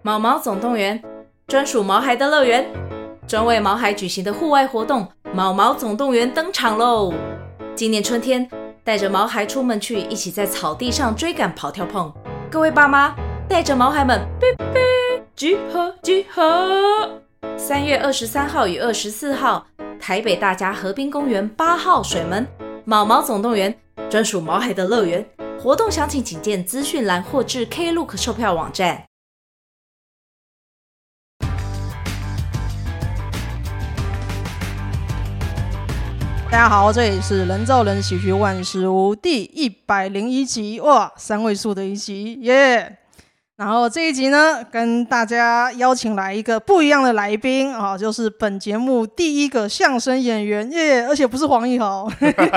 毛毛总动员，专属毛孩的乐园，专为毛孩举行的户外活动毛毛总动员登场喽！今年春天，带着毛孩出门去，一起在草地上追赶跑跳碰。各位爸妈，带着毛孩们，集合集合！3月23号与24号，台北大家河滨公园8号水门毛毛总动员，专属毛孩的乐园。活动详情请见资讯栏或至 Klook 售票网站。 大家好，这里是人造人喜剧万事屋第101集，哇，3位数的一集，耶！然后这一集呢，跟大家邀请来一个不一样的来宾啊，就是本节目第一个相声演员，耶！而且不是黄义豪。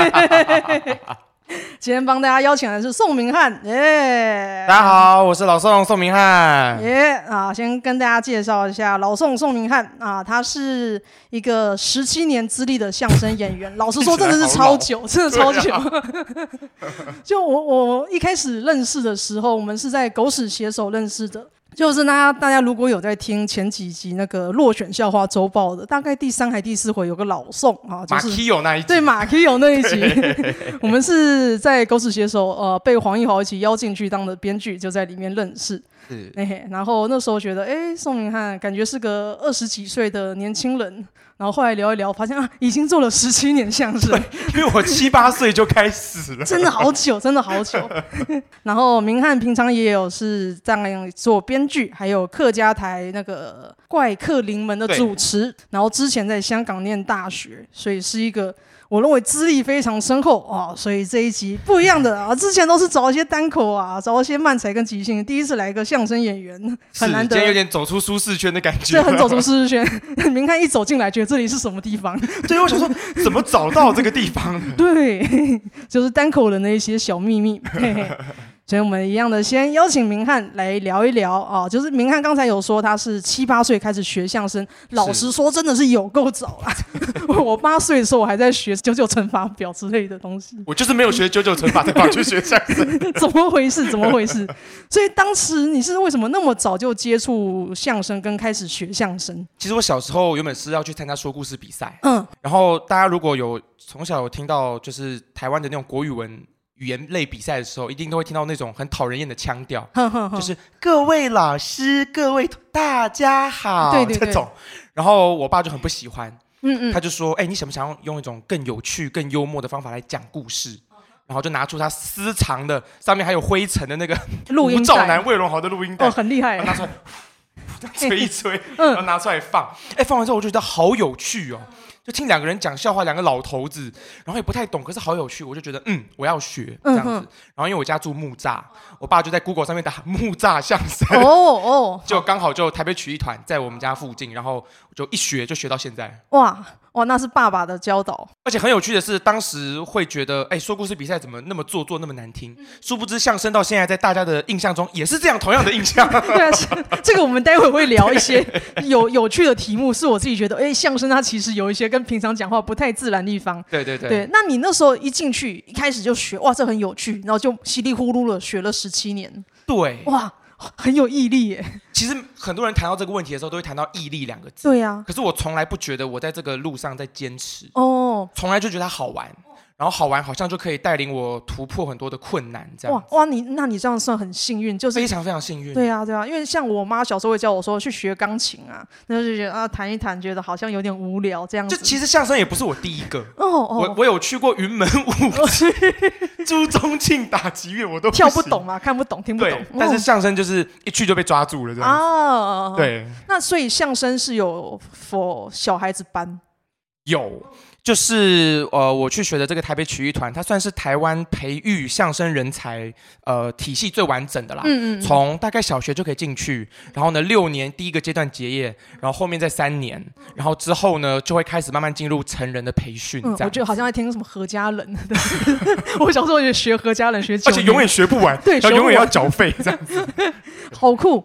今天帮大家邀请的是宋明翰，耶！ 大家好，我是老宋明翰， 耶！先跟大家介绍一下老宋明翰啊，他是一个17年资历的相声演员。老实说，真的是超久，真的超久。就我一开始认识的时候，我们是在狗屎写手认识的。就是大家如果有在听前几集那个落选笑话周报的，大概第3还第4回有个老宋啊，就是马 Kio 那一集， 对，马 Kio 那一集，我们是在狗屎写手被黄义豪一起邀进去当的编剧，就在里面认识。然后那时候觉得，宋明翰感觉是个20几岁的年轻人，然后后来聊一聊，发现已经做了17年相声， 因为我7、8岁就开始了， 真的好久，真的好久。然后明翰平常也有是这样做编剧，还有客家台那个怪客临门的主持，然后之前在香港念大学，所以是一个我认为资历非常深厚啊，所以这一集不一样的啊，之前都是找一些单口啊，找一些漫才跟即兴，第一次来一个相声演员，很难得， 今天有点走出舒适圈的感觉， 这很走出舒适圈。明翰一走进来，觉得这里是什么地方？ 对，我想说怎么找到这个地方呢？ 对，就是单口人的一些小秘密。所以我们一样的先邀请明翰来聊一聊啊，就是明翰刚才有说他是7、8岁开始学相声，老实说真的是有够早啊！我8岁的时候我还在学99乘法表之类的东西， 我就是没有学99乘法才跑去学相声， 怎么回事？所以当时你是为什么那么早就接触相声跟开始学相声？ 其实我小时候原本是要去参加说故事比赛，然后大家如果有从小有听到就是台湾的那种国语文语言类比赛的时候，一定都会听到那种很讨人厌的腔调，就是各位老师、各位大家好，对这种。然后我爸就很不喜欢，他就说：“你想不想用一种更有趣、更幽默的方法来讲故事？”然后就拿出他私藏的，上面还有灰尘的那个录音带， 吴兆南、魏荣豪的录音带， 很厉害， 拿出来吹一吹，然后拿出来放。放完之后我就觉得好有趣哦。就听2个人讲笑话，2个老头子，然后也不太懂，可是好有趣，我就觉得我要学这样子。然后因为我家住木栅，我爸就在 Google 上面打木栅相声，就刚好就台北曲艺团在我们家附近，然后就一学就学到现在。 哇，那是爸爸的教导。 而且很有趣的是，当时会觉得，说故事比赛怎么那么做作那么难听？殊不知相声到现在在大家的印象中也是这样同样的印象。 对啊，这个我们待会会聊一些有趣的题目，是我自己觉得，相声它其实有一些跟平常讲话不太自然的地方。对。那你那时候一进去，一开始就学，哇，这很有趣，然后就稀里呼噜的学了17年。 对， 哇。很有毅力耶。 其实很多人谈到这个问题的时候，都会谈到毅力2个字。 对啊。 可是我从来不觉得我在这个路上在坚持。从来就觉得它好玩。然后好玩好像就可以带领我突破很多的困难，这样。 哇，那你这样算很幸运，就是非常非常幸运。 对啊，因为像我妈小时候会教我说去学钢琴啊，那就觉得弹一弹，觉得好像有点无聊这样子。 就其实相声也不是我第一个。我有去过云门舞集、朱宗庆打击乐，我都跳不懂嘛，看不懂，听不懂。 但是相声就是一去就被抓住了这样子。对。 那所以相声是有 for 小孩子班？ 有。就是我去学的这个台北曲艺团，它算是台湾培育相声人才体系最完整的啦。从大概小学就可以进去，然后呢6年第一个阶段结业，然后后面再3年，然后之后呢就会开始慢慢进入成人的培训。这样我觉得好像在听什么何家人，我小时候也学何家人学9年， 而且永远学不完，对，永远要缴费这样子， 好酷。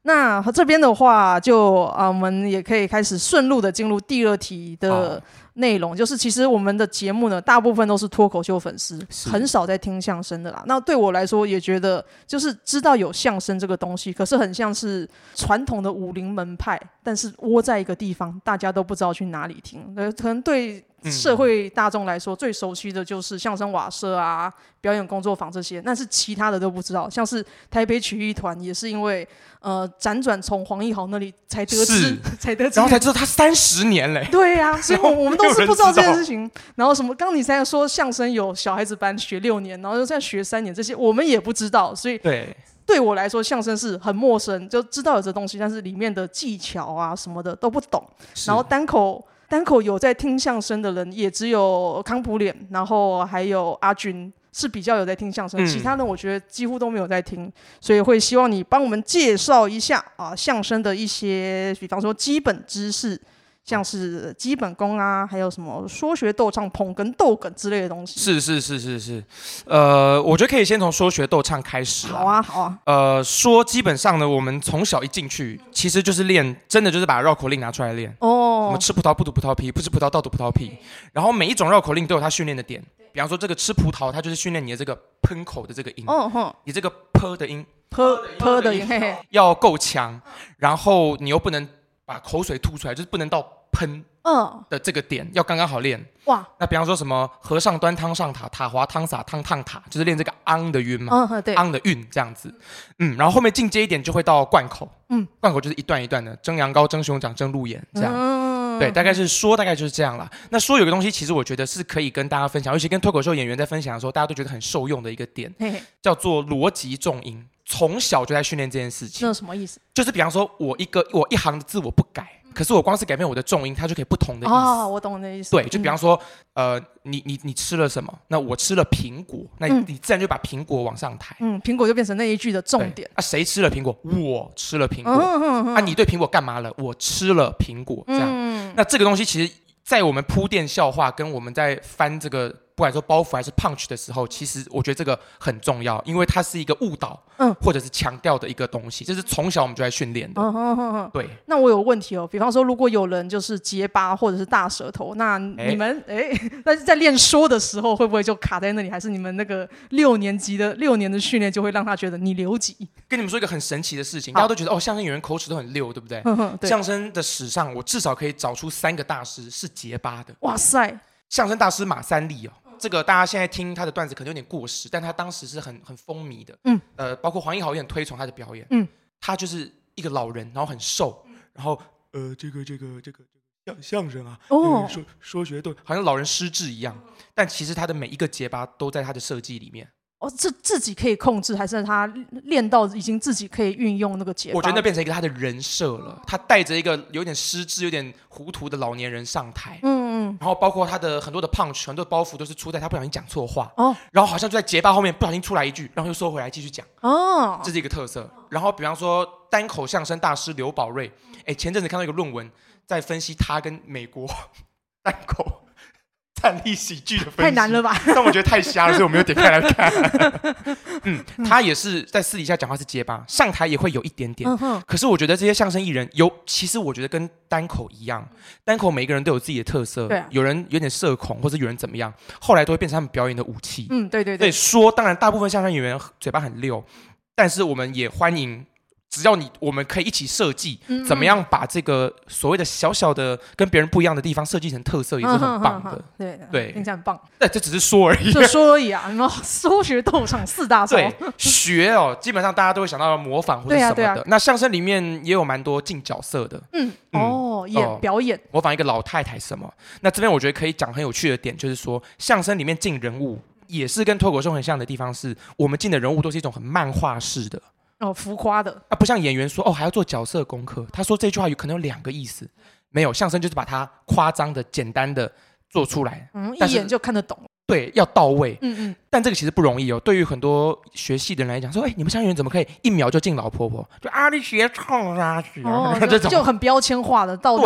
那这边的话就我们也可以开始顺路的进入第2题的内容，就是其实我们的节目呢，大部分都是脱口秀粉丝，很少在听相声的啦。那对我来说也觉得，就是知道有相声这个东西，可是很像是传统的武林门派，但是窝在一个地方，大家都不知道去哪里听。可能对社会大众来说，最熟悉的就是相声瓦舍啊、表演工作坊这些，但是其他的都不知道。像是台北曲艺团，也是因为辗转从黄义豪那里才得知， 然后才知道他30年嘞。 对啊，所以我们都是不知道这件事情。然后什么，刚刚你才说相声有小孩子班学6年，然后又再学3年，这些我们也不知道。所以对我来说，相声是很陌生，就知道有这东西，但是里面的技巧啊什么的都不懂。然后单口有在听相声的人，也只有康普脸，然后还有阿军是比较有在听相声，其他人我觉得几乎都没有在听，所以会希望你帮我们介绍一下相声的一些，比方说基本知识，像是基本功啊，还有什么说学逗唱、捧哏、逗哏之类的东西。 是，我觉得可以先从说学逗唱开始。 好啊。 说基本上呢，我们从小一进去，其实就是练，真的就是把绕口令拿出来练。什么吃葡萄不吐葡萄皮，不吃葡萄倒吐葡萄皮。然后每一种绕口令都有它训练的点，比方说这个吃葡萄，它就是训练你的这个喷口的这个音，你这个的音， 的音， 要够强，然后你又不能把口水吐出来，就是不能到喷的这个点要刚刚好练。哇，那比方说什么和尚端汤上塔，塔滑汤洒汤烫塔，就是练这个昂的韵嘛， 对， 昂的韵这样子。然后后面进阶一点就会到贯口，贯口就是一段一段的蒸羊羔、蒸熊掌、蒸鹿眼这样。对，大概就是这样啦。那说有个东西，其实我觉得是可以跟大家分享，尤其跟脱口秀演员在分享的时候，大家都觉得很受用的一个点，叫做逻辑重音。从小就在训练这件事情。 那什么意思？ 就是比方说我一行的字我不改，可是我光是改变我的重音，它就可以不同的意思。 我懂你的意思。 对，就比方说，你吃了什么？那我吃了苹果，那你自然就把苹果往上抬。 苹果就变成那一句的重点。 谁吃了苹果？我吃了苹果。你对苹果干嘛了？我吃了苹果。这样，那这个东西其实，在我们铺垫笑话跟我们在翻这个，不管说包袱还是 punch 的时候，其实我觉得这个很重要，因为它是一个误导，或者是强调的一个东西，这是从小我们就在训练的。对。那我有问题比方说，如果有人就是结巴或者是大舌头，那你们但是在练说的时候，会不会就卡在那里？还是你们那个6年的训练就会让他觉得你留级？ 跟你们说一个很神奇的事情，大家都觉得相声演员口齿都很溜，对不对？对。相声的史上，我至少可以找出3个大师是结巴的。 哇塞！ 相声大师马三立这个大家现在听他的段子可能有点过时，但他当时是很风靡的。包括黄义豪也很推崇他的表演。他就是一个老人，然后很瘦，然后这个相声啊，说学逗，好像老人失智一样。但其实他的每一个结巴都在他的设计里面。 自己可以控制，还是他练到已经自己可以运用那个结巴？ 我觉得那变成一个他的人设了。他带着一个有点失智、有点糊涂的老年人上台。然后包括他的很多的 punch、很多的包袱都是出在他不小心讲错话。然后好像就在结巴后面不小心出来一句，然后又收回来继续讲。这是一个特色。然后比方说单口相声大师刘宝瑞，前阵子看到一个论文在分析他跟美国单口站立喜剧的分析， 太难了吧？ 但我觉得太瞎了，所以我没有点开来看。他也是在私底下讲话是结巴，上台也会有一点点。可是我觉得这些相声艺人其实我觉得跟单口一样，单口每一个人都有自己的特色。有人有点社恐，或者有人怎么样，后来都会变成他们表演的武器。 对。 所以说，当然大部分相声演员嘴巴很溜，但是我们也欢迎。只要我们可以一起设计，怎么样把这个所谓的小小的跟别人不一样的地方设计成特色，也是很棒的。 对，听起来很棒。 对，这只是说而已， 就说而已啊！然后说学逗唱4大招。 对，学基本上大家都会想到模仿或者什么的。那相声里面也有蛮多进角色的。 表演模仿一个老太太什么。那这边我觉得可以讲很有趣的点，就是说相声里面进人物也是跟脱口秀很像的地方，是我们进的人物都是一种很漫画式的。 浮夸的不像演员说还要做角色功课。他说这句话有可能有2个意思，没有，相声就是把它夸张的、简单的做出来， 一眼就看得懂。 对，要到位。但这个其实不容易对于很多学戏的人来讲，说你们相声演员怎么可以1秒就进老婆婆？就你学唱啥去？ 这种就很标签化的到那个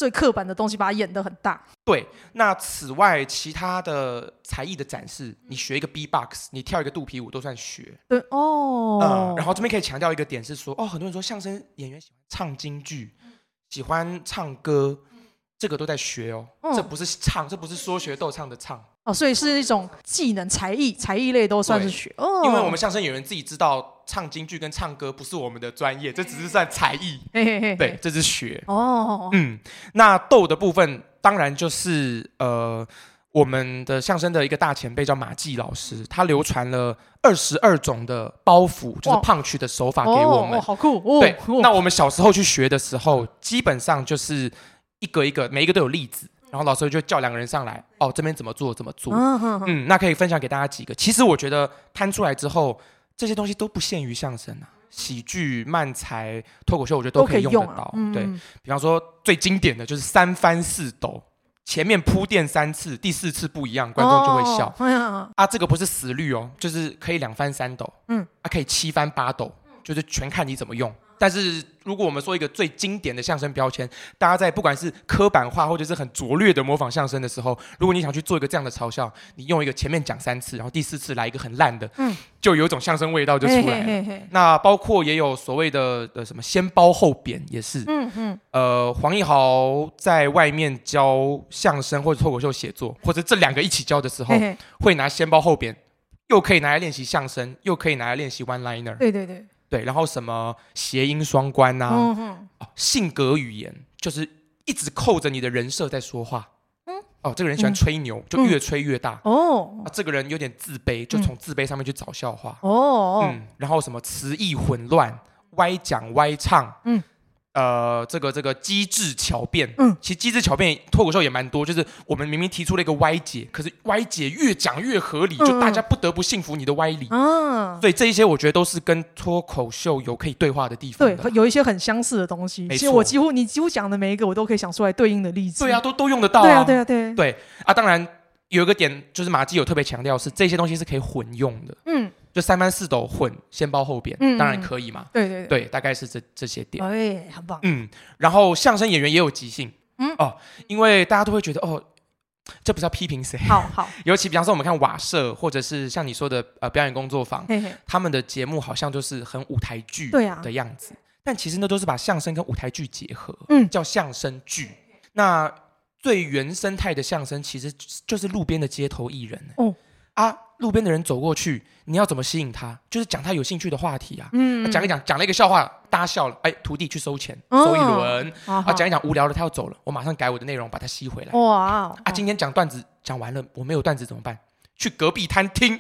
最刻板的东西把它演得很大。 对，那此外其他的才艺的展示，你学一个 B-box， 你跳一个肚皮舞都算学。 对哦， 然后这边可以强调一个点是说，很多人说相声演员喜欢唱京剧，喜欢唱歌，这个都在学哦。这不是唱，这不是说学逗唱的唱。 所以是一种技能才艺类都算是学哦。 因为我们相声演员自己知道，唱京剧跟唱歌不是我们的专业，这只是算才艺。对，这是学哦。那逗的部分当然就是我们的相声的一个大前辈叫马季老师，他流传了22种的包袱，就是胖曲的手法给我们。 好酷！ 对，那我们小时候去学的时候，基本上就是一个一个，每一个都有例子。然后老师就叫2个人上来，这边怎么做怎么做。那可以分享给大家几个。其实我觉得摊出来之后，这些东西都不限于相声啊，喜剧、漫才、脱口秀，我觉得都可以用得到。对，比方说最经典的就是3翻4抖，前面铺垫3次，第4次不一样，观众就会笑。这个不是死律哦，就是可以2翻3抖，可以7翻8抖，就是全看你怎么用。但是如果我们说一个最经典的相声标签，大家在不管是刻板化或者是很拙劣的模仿相声的时候，如果你想去做一个这样的嘲笑，你用一个前面讲3次，然后第4次来一个很烂的，就有一种相声味道就出来了。那包括也有所谓的什么先褒后贬也是，黄义豪在外面教相声或者脱口秀写作，或者这2个一起教的时候，会拿先褒后贬，又可以拿来练习相声，又可以拿来练习 one liner。对，然后什么谐音双关啊，性格语言，就是一直扣着你的人设在说话。这个人喜欢吹牛，就越吹越大。这个人有点自卑，就从自卑上面去找笑话。然后什么词义混乱，歪讲歪唱。这个机智巧辩，其实机智巧辩脱口秀也蛮多，就是我们明明提出了一个歪解，可是歪解越讲越合理，就大家不得不信服你的歪理。所以这一些我觉得都是跟脱口秀有可以对话的地方的。 对，有一些很相似的东西。其实你几乎讲的每一个，我都可以想出来对应的例子。 对啊，都用得到啊。 对啊，当然有一个点就是马季有特别强调是这些东西是可以混用的。就3翻4抖混，先褒后贬，当然可以嘛。对，大概是这些点。 很棒。 然后相声演员也有即兴。因为大家都会觉得这不是要批评谁。 好。 尤其比方说我们看瓦舍，或者是像你说的表演工作坊，他们的节目好像就是很舞台剧的样子。但其实那都是把相声跟舞台剧结合，叫相声剧。那最原生态的相声其实就是路边的街头艺人。路边的人走过去，你要怎么吸引他？就是讲他有兴趣的话题啊。讲了一个笑话，大家笑了，徒弟去收钱，收一轮。讲一讲无聊了，他要走了，我马上改我的内容，把他吸回来。今天讲段子讲完了，我没有段子怎么办？去隔壁摊听。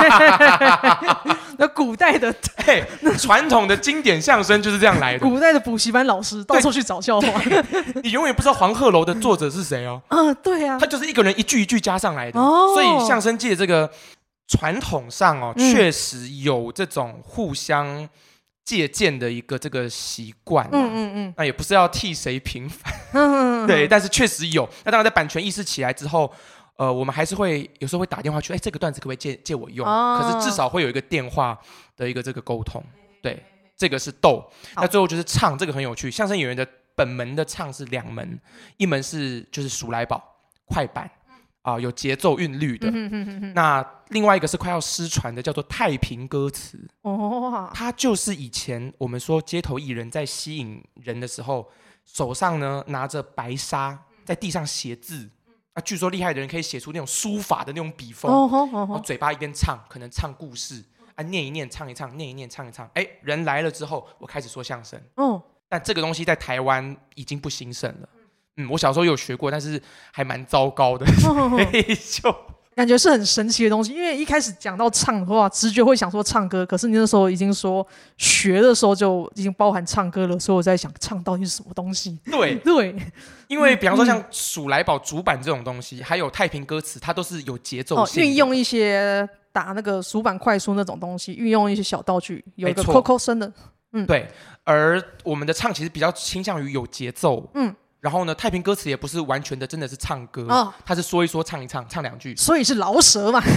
那古代的传统的经典相声就是这样来的。 古代的补习班老师到处去找笑话， 你永远不知道黄鹤楼的作者是谁哦。 对啊， 他就是一个人一句一句加上来的。所以相声界这个传统上确实有这种互相借鉴的一个这个习惯。那也不是要替谁平反。对，但是确实有。那当然在版权意识起来之后。我们还是会有时候会打电话去，这个段子可不可以借我用？可是至少会有一个电话的一个这个沟通。对，这个是逗。那最后就是唱，这个很有趣。相声演员的本门的唱是2门，一门是就是数来宝快板有节奏韵律的。那另外一个是快要失传的，叫做太平歌词。它就是以前我们说街头艺人在吸引人的时候，手上呢拿着白沙在地上写字。据说厉害的人可以写出那种书法的那种笔锋。然后嘴巴一边唱，可能唱故事念一念唱一唱，念一念唱一唱。人来了之后，我开始说相声。但这个东西在台湾已经不兴盛了。我小时候有学过，但是还蛮糟糕的。就感觉是很神奇的东西，因为一开始讲到唱的话，直觉会想说唱歌，可是你那时候已经说学的时候就已经包含唱歌了，所以我在想唱到底是什么东西。 对，因为比方说像数来宝主板这种东西，还有太平歌词，它都是有节奏性的。 运用一些打那个数板快书那种东西，运用一些小道具，有一个扣扣声的。 对，而我们的唱其实比较倾向于有节奏。 然后呢，太平歌词也不是完全的，真的是唱歌，他是说一说，唱一唱，唱2句， 所以是饶舌嘛。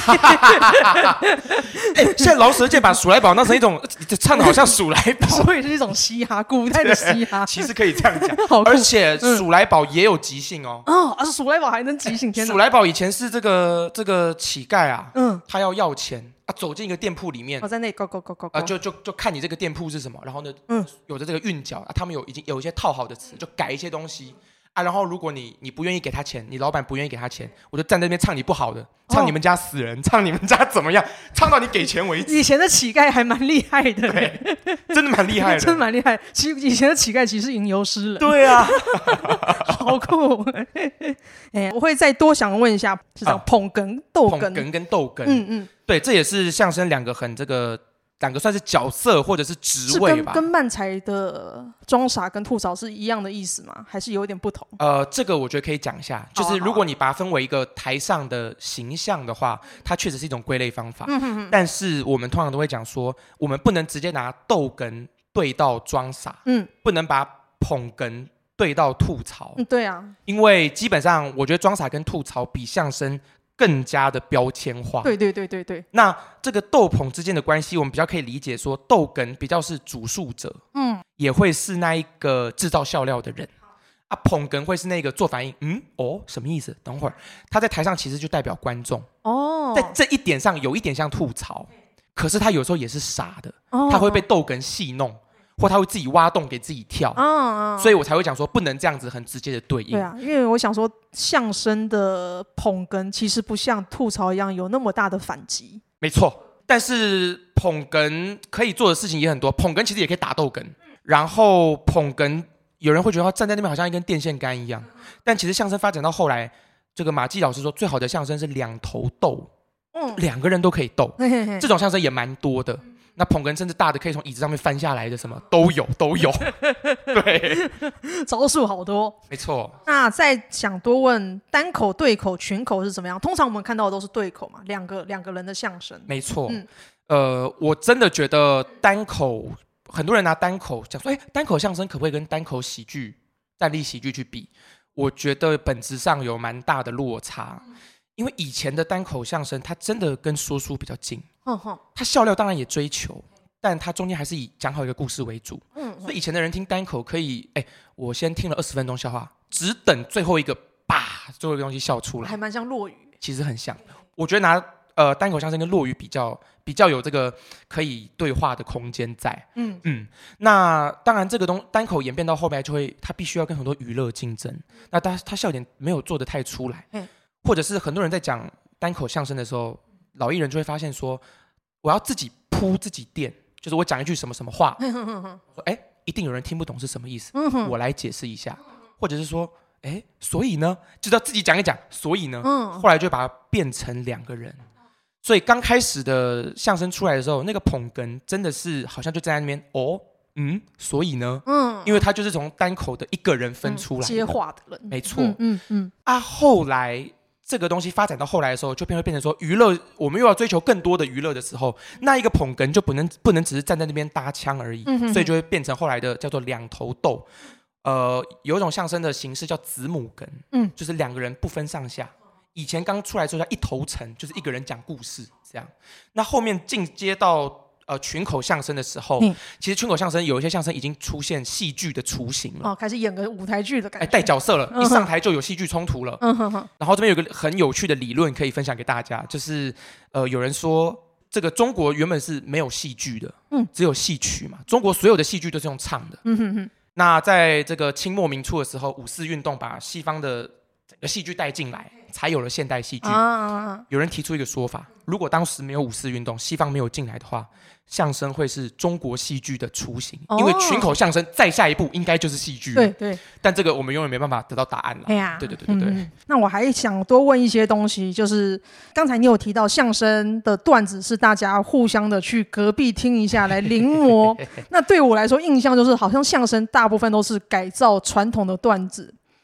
现在饶舌界把鼠来宝当成一种唱的好像鼠来宝， 所以是一种嘻哈，古代的嘻哈。 其实可以这样讲，而且鼠来宝也有即兴哦。 鼠来宝还能即兴，天哪！ 鼠来宝以前是这个乞丐啊，他要钱啊，走进一个店铺里面， 在那里就看你这个店铺是什么，然后呢，有着这个韵脚啊，他们已经有一些套好的词，就改一些东西啊，然后如果你不愿意给他钱，你老板不愿意给他钱，我就站在那边唱你不好的，唱你们家死人，唱你们家怎么样，唱到你给钱为止。 以前的乞丐还蛮厉害的， 对，真的蛮厉害的， 真的蛮厉害。其实以前的乞丐其实是吟游诗人。 对啊， 好酷。我会再多想问一下，是讲捧哏、逗哏。 捧哏跟逗哏，对，这也是相声两个算是角色或者是职位吧。 跟漫才的装傻跟吐槽是一样的意思吗？还是有一点不同？ 这个我觉得可以讲一下，就是如果你把它分为一个台上的形象的话，它确实是一种归类方法。但是我们通常都会讲说，我们不能直接拿逗哏对到装傻，不能把捧哏对到吐槽。 对啊， 因为基本上我觉得装傻跟吐槽比相声更加的标签化。 对。 那这个逗捧之间的关系，我们比较可以理解说，逗哏比较是主述者，也会是那一个制造笑料的人啊，捧哏会是那个做反应，什么意思？等会儿他在台上其实就代表观众在这一点上有一点像吐槽，可是他有时候也是傻的，他会被逗哏戏弄。或他会自己挖洞给自己跳，所以我才会讲说不能这样子很直接的对应。 对啊，因为我想说相声的捧哏其实不像吐槽一样有那么大的反击。 没错，但是捧哏可以做的事情也很多，捧哏其实也可以打逗哏，然后捧哏有人会觉得他站在那边好像一根电线杆一样，但其实相声发展到后来，这个马季老师说最好的相声是两头逗，2个人都可以逗，这种相声也蛮多的。那捧哏甚至大的可以从椅子上面翻下来的，什么都有。对， 招数好多。 没错。 那再想多问，单口、对口、群口是怎么样？通常我们看到的都是对口嘛，两个人的相声。 没错。我真的觉得单口，很多人拿单口讲说，单口相声可不可以跟单口喜剧、站立喜剧去比？我觉得本质上有蛮大的落差。因为以前的单口相声，它真的跟说书比较近，它笑料当然也追求，但它中间还是以讲好一个故事为主。所以以前的人听单口可以，我先听了20分钟笑话，只等最后一个最后一个东西笑出来， 还蛮像落语。 其实很像，我觉得拿单口相声跟落语比较有这个可以对话的空间在。那当然这个单口演变到后面就会，它必须要跟很多娱乐竞争，那它笑点没有做得太出来。或者是很多人在讲单口相声的时候，老艺人就会发现说，我要自己铺自己垫，就是我讲一句什么什么话，一定有人听不懂是什么意思，我来解释一下，或者是说，所以呢，就要自己讲一讲，所以呢，后来就把它变成2个人。所以刚开始的相声出来的时候，那个捧哏真的是好像就站在那边，所以呢，因为他就是从单口的一个人分出来接话的人， 没错，后来。这个东西发展到后来的时候，就会变成说娱乐，我们又要追求更多的娱乐的时候，那一个捧哏就不能只是站在那边搭腔而已，所以就会变成后来的叫做两头逗。有一种相声的形式叫子母哏，就是2个人不分上下。以前刚出来的时候叫一头沉，就是一个人讲故事这样。那后面进阶到群口相声的时候，其实群口相声有一些相声已经出现戏剧的雏形了， 开始演个舞台剧的感觉， 带角色了，一上台就有戏剧冲突了。然后这边有个很有趣的理论可以分享给大家，就是有人说这个中国原本是没有戏剧的，只有戏曲嘛，中国所有的戏剧都是用唱的。那在这个清末民初的时候，5·4运动把西方的戏剧带进来，才有了现代戏剧。有人提出一个说法，如果当时没有5·4运动，西方没有进来的话，相声会是中国戏剧的雏形，因为群口相声再下一步应该就是戏剧。 对， 但这个我们永远没办法得到答案了。对。 那我还想多问一些东西，就是刚才你有提到相声的段子是大家互相的去隔壁听一下来临摹，那对我来说印象就是好像相声大部分都是改造传统的段子。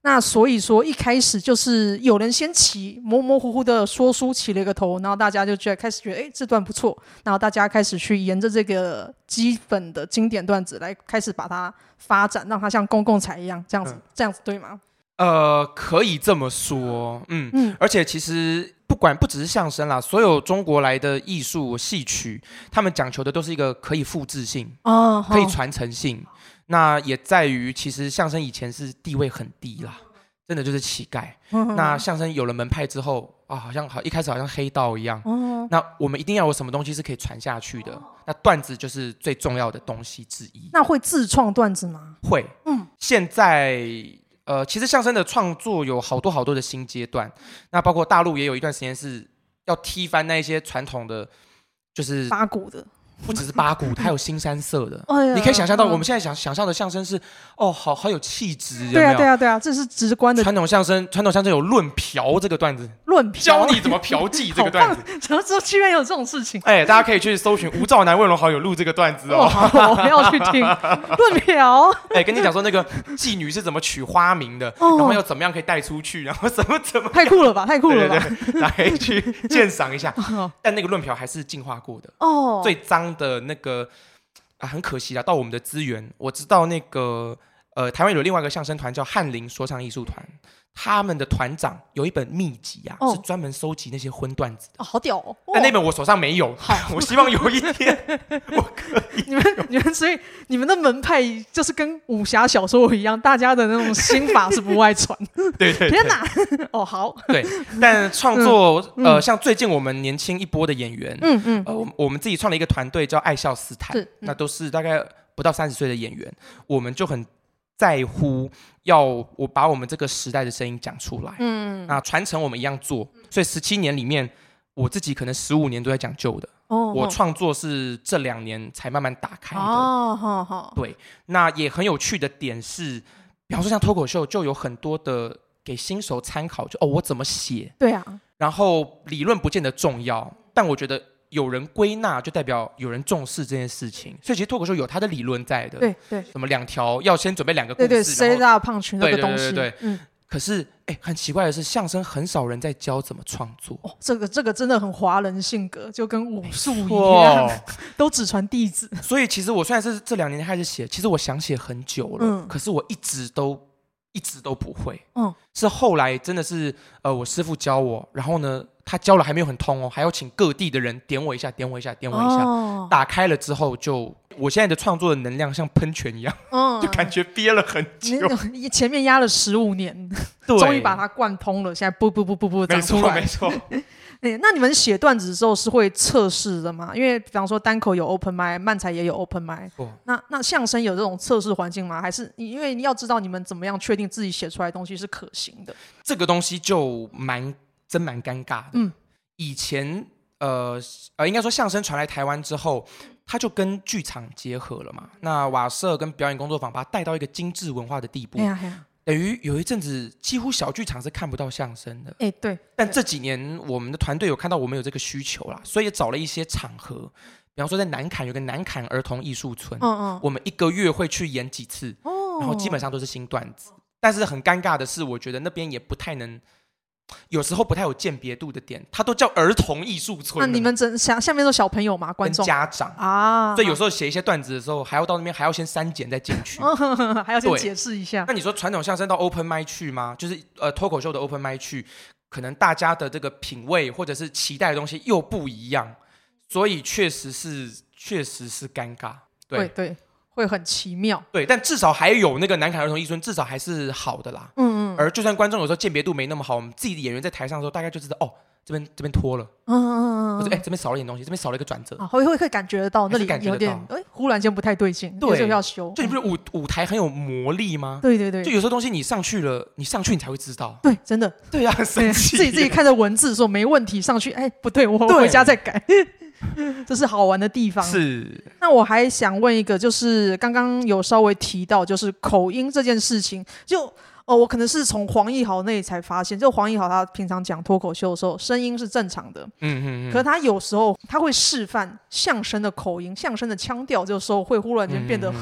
那所以说一开始就是有人先模模糊糊的说书起了一个头，然后大家就开始觉得这段不错，然后大家开始去沿着这个基本的经典段子来开始把它发展，让它像公共财一样这样子对吗？ 可以这么说，而且其实不只是相声啦，所有中国来的艺术戏曲，他们讲求的都是一个可以复制性，可以传承性。那也在于，其实相声以前是地位很低啦，真的就是乞丐。那相声有了门派之后一开始好像黑道一样。那我们一定要有什么东西是可以传下去的。那段子就是最重要的东西之一。 那会自创段子吗？ 会。现在其实相声的创作有好多的新阶段。那包括大陆也有一段时间是要踢翻那一些传统的，就是八股的。 不只是八股，还有新三色的。你可以想象到，我们现在想象的相声是好有气质，有没有？ 对啊，这是直观的。 传统相声有论嫖这个段子， 论嫖教你怎么嫖妓这个段子。 怎么居然有这种事情？ 大家可以去搜寻吴兆南、魏荣豪有录这个段子哦。 我要去听论嫖。 跟你讲说那个妓女是怎么取花名的，然后又怎么样可以带出去，然后怎么太酷了吧！大家可以去鉴赏一下。但那个论嫖还是进化过的最脏的那个很可惜啦，到我们的资源，我知道那个台湾有另外一个相声团叫翰林说唱艺术团，他们的团长有一本秘籍是专门收集那些荤段子的。 好屌哦！ 但那本我手上没有，我希望有一天我可以。 你们所以你们的门派就是跟武侠小说一样，大家的那种心法是不外传。 对， 天哪！好。 对，但创作像最近我们年轻一波的演员，我们自己创了一个团队叫爱笑斯坦，那都是大概不到30岁的演员，我们就很在乎我把我们这个时代的声音讲出来，那传承我们一样做，所以17年里面，我自己可能15年都在讲旧的，我创作是这2年才慢慢打开的。对，那也很有趣的点是，比方说像脱口秀，就有很多的给新手参考，就我怎么写， 对啊，然后理论不见得重要，但我觉得有人归纳就代表有人重视这件事情，所以其实脱口秀有它的理论在的。 对，什么2条要先准备2个故事， 对 ，set up punch 那个东西。 对。可是很奇怪的是，相声很少人在教怎么创作。 这个真的很华人性格，就跟武术一样，都只传弟子。 所以其实我虽然是这2年开始写，其实我想写很久了，可是我一直都不会。是后来真的是我师父教我，然后呢他教了还没有很通还要请各地的人点我一下，打开了之后就我现在的创作的能量像喷泉一样，就感觉憋了很久， 前面压了15年，终于把它贯通了，现在不长出来。 没错。 那你们写段子的时候是会测试的吗？因为比方说单口有 open mic， 漫才也有 open mic，那相声有这种测试环境吗？还是因为你要知道你们怎么样确定自己写出来的东西是可行的？ 这个东西就真蛮尴尬的。以前应该说相声传来台湾之后，它就跟剧场结合了嘛。那瓦舍跟表演工作坊把它带到一个精致文化的地步。等于有一阵子几乎小剧场是看不到相声的。 对。 但这几年我们的团队有看到我们有这个需求啦，所以也找了一些场合，比方说在南崁有个南崁儿童艺术村，我们1个月会去演几次，然后基本上都是新段子。但是很尴尬的是，我觉得那边也不太能，有时候不太有鉴别度的点，它都叫儿童艺术村。 那你们下面都小朋友吗？观众、 家长啊，所以有时候写一些段子的时候，还要到那边还要先删减再进去， 还要先解释一下。 那你说传统相声到 open mic 去吗？就是脱口秀的 open mic 去，可能大家的这个品味或者是期待的东西又不一样，所以确实是尴尬。 对。会很奇妙。 对，但至少还有那个南崁儿童艺术村，至少还是好的啦。而就算观众有时候鉴别度没那么好，我们自己的演员在台上的时候，大概就知道这边拖了，或者这边少了一点东西，这边少了一个转折， 会感觉得到那里有点忽然间不太对劲，对，就要修。 就你不是舞台很有魔力吗？ 对， 就有时候东西你上去你才会知道。 对，真的。 对啊，很神奇。 自己看着文字说没问题，上去不对，我回家再改。这是好玩的地方。 是。 那我还想问一个，就是刚刚有稍微提到，就是口音这件事情，我可能是从黄义豪那里才发现，就黄义豪他平常讲脱口秀的时候，声音是正常的，可是他有时候他会示范相声的口音、相声的腔调，这个时候会忽然间变得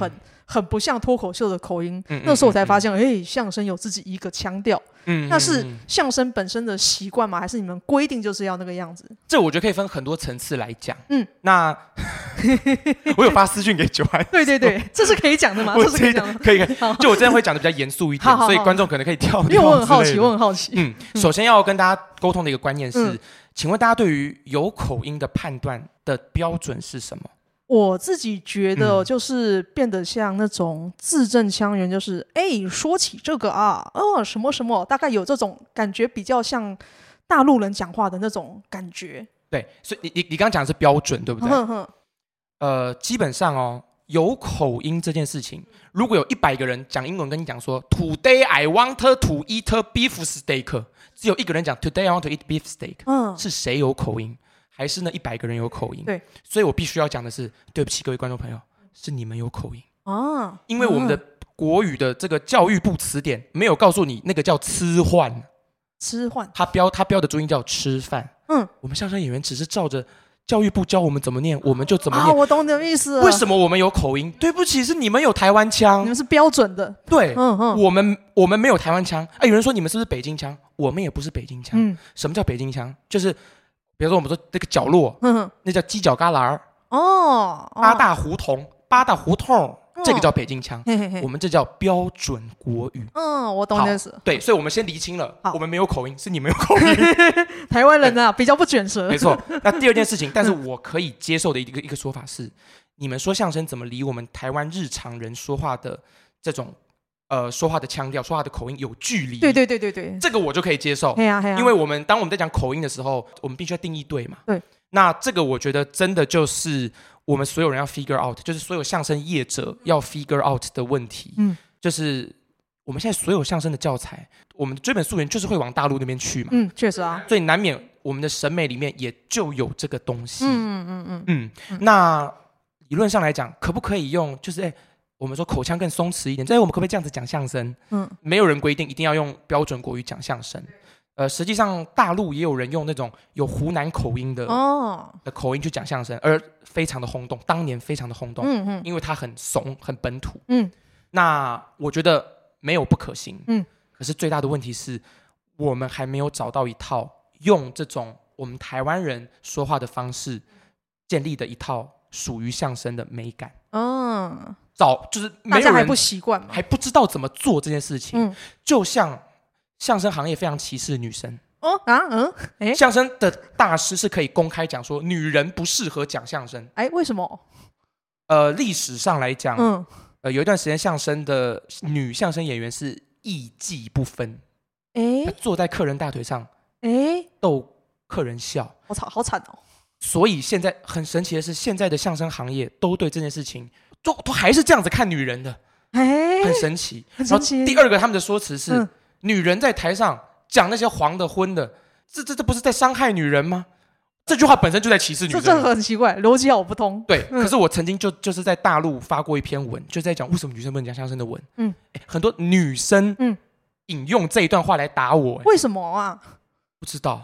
很不像脱口秀的口音。那时候我才发现，相声有自己一个腔调。那是相声本身的习惯吗？还是你们规定就是要那个样子？ 这我觉得可以分很多层次来讲。那我有发私讯给九安。 对，这是可以讲的吗？这是可以讲的。 可以。就我这样会讲的比较严肃一点，所以观众可能可以跳掉。 因为我很好奇。 首先要跟大家沟通的一个观念是，请问大家对于有口音的判断的标准是什么？ 我自己觉得就是变得像那种字正腔圆，就是说起这个啊，什么什么，大概有这种感觉，比较像大陆人讲话的那种感觉。对， 所以你刚刚讲的是标准，对不对？基本上有口音这件事情，如果有100个人讲英文跟你讲说 Today I want to eat beef steak， 只有1个人讲 Today I want to eat beef steak，是谁有口音？还是那100个人有口音？ 对， 所以我必须要讲的是，对不起各位观众朋友，是你们有口音因为我们的国语的这个教育部词典没有告诉你那个叫吃饭，他标的注音叫吃饭。我们相声演员只是照着教育部教我们怎么念，我们就怎么念。 我懂你的意思了。 为什么我们有口音？对不起，是你们有台湾腔， 你们是标准的。 对，我们没有台湾腔。有人说你们是不是北京腔？我们也不是北京腔。什么叫北京腔？就是比如说我们说那个角落，那叫犄角旮旯八大胡同，这个叫北京腔。我们这叫标准国语。 我懂你的意思。 对，所以我们先厘清了，我们没有口音，是你们有口音。 台湾人啊，比较不卷舌。 没错。那第二件事情，但是我可以接受的一个说法是，你们说相声怎么离我们台湾日常人说话的这种说话的腔调、说话的口音有距离。对，这个我就可以接受。因为当我们在讲口音的时候，我们必须要定义对嘛。对。那这个我觉得真的就是我们所有人要 figure out， 就是所有相声业者要 figure out 的问题。就是我们现在所有相声的教材，我们的追本溯源就是会往大陆那边去嘛。 确实啊。 所以难免我们的审美里面也就有这个东西。那理论上来讲，可不可以用就是我们说口腔更松弛一点，我们可不可以这样子讲相声？没有人规定一定要用标准国语讲相声。实际上大陆也有人用那种有湖南口音的口音去讲相声，而非常的轰动，当年非常的轰动。因为它很怂，很本土。那我觉得没有不可行。可是最大的问题是我们还没有找到一套用这种我们台湾人说话的方式建立的一套属于相声的美感。就是没有人， 大家还不习惯嘛， 还不知道怎么做这件事情。就像相声行业非常歧视女生。相声的大师是可以公开讲说女人不适合讲相声。 为什么？ 历史上来讲，有一段时间相声的女相声演员是艺伎不分。她坐在客人大腿上，逗客人笑。 好惨哦。 所以现在很神奇的是，现在的相声行业都对这件事情都还是这样子看女人的。很神奇。然后第二个他们的说辞是，女人在台上讲那些黄的荤的，这不是在伤害女人吗？这句话本身就在歧视女人。 这很奇怪，逻辑好不通。 对。可是我曾经就是在大陆发过一篇文，就在讲为什么女生不能讲相声的文。很多女生引用这一段话来打我。 为什么啊？ 不知道。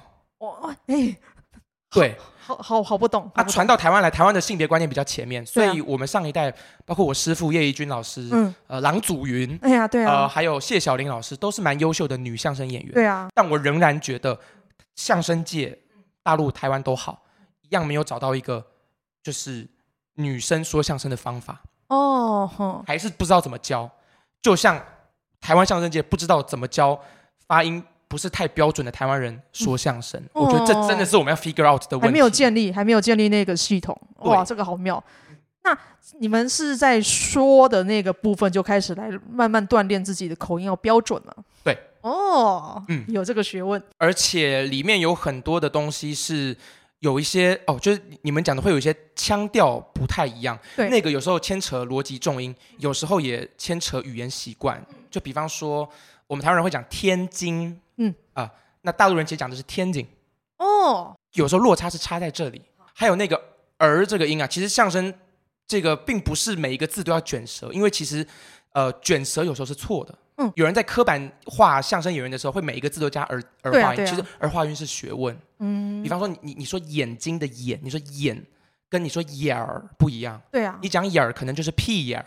对， 好不懂。 传到台湾来，台湾的性别观念比较前面，所以我们上一代，包括我师父叶怡君老师，郎祖筠，还有谢小玲老师，都是蛮优秀的女相声演员。 对啊。 但我仍然觉得相声界，大陆、台湾都好，一样没有找到一个就是女生说相声的方法。还是不知道怎么教。就像台湾相声界不知道怎么教发音不是太标准的台湾人说相声。我觉得这真的是我们要 figure out 的问题。 还没有建立那个系统。哇，这个好妙。那你们是在说的那个部分就开始来慢慢锻炼自己的口音要标准了？ 对。 有这个学问。 而且里面有很多的东西是有一些就是你们讲的会有一些腔调不太一样。对。那个有时候牵扯逻辑重音，有时候也牵扯语言习惯。就比方说我们台湾人会讲天津。那大陆人其实讲的是天津。有时候落差是差在这里。还有那个儿这个音啊，其实相声这个并不是每一个字都要卷舌，因为其实卷舌有时候是错的。有人在刻板化相声演员的时候，会每一个字都加儿化音。其实儿化音是学问。比方说你说眼睛的眼，你说眼跟你说眼儿不一样。对啊。你讲眼儿可能就是屁眼儿。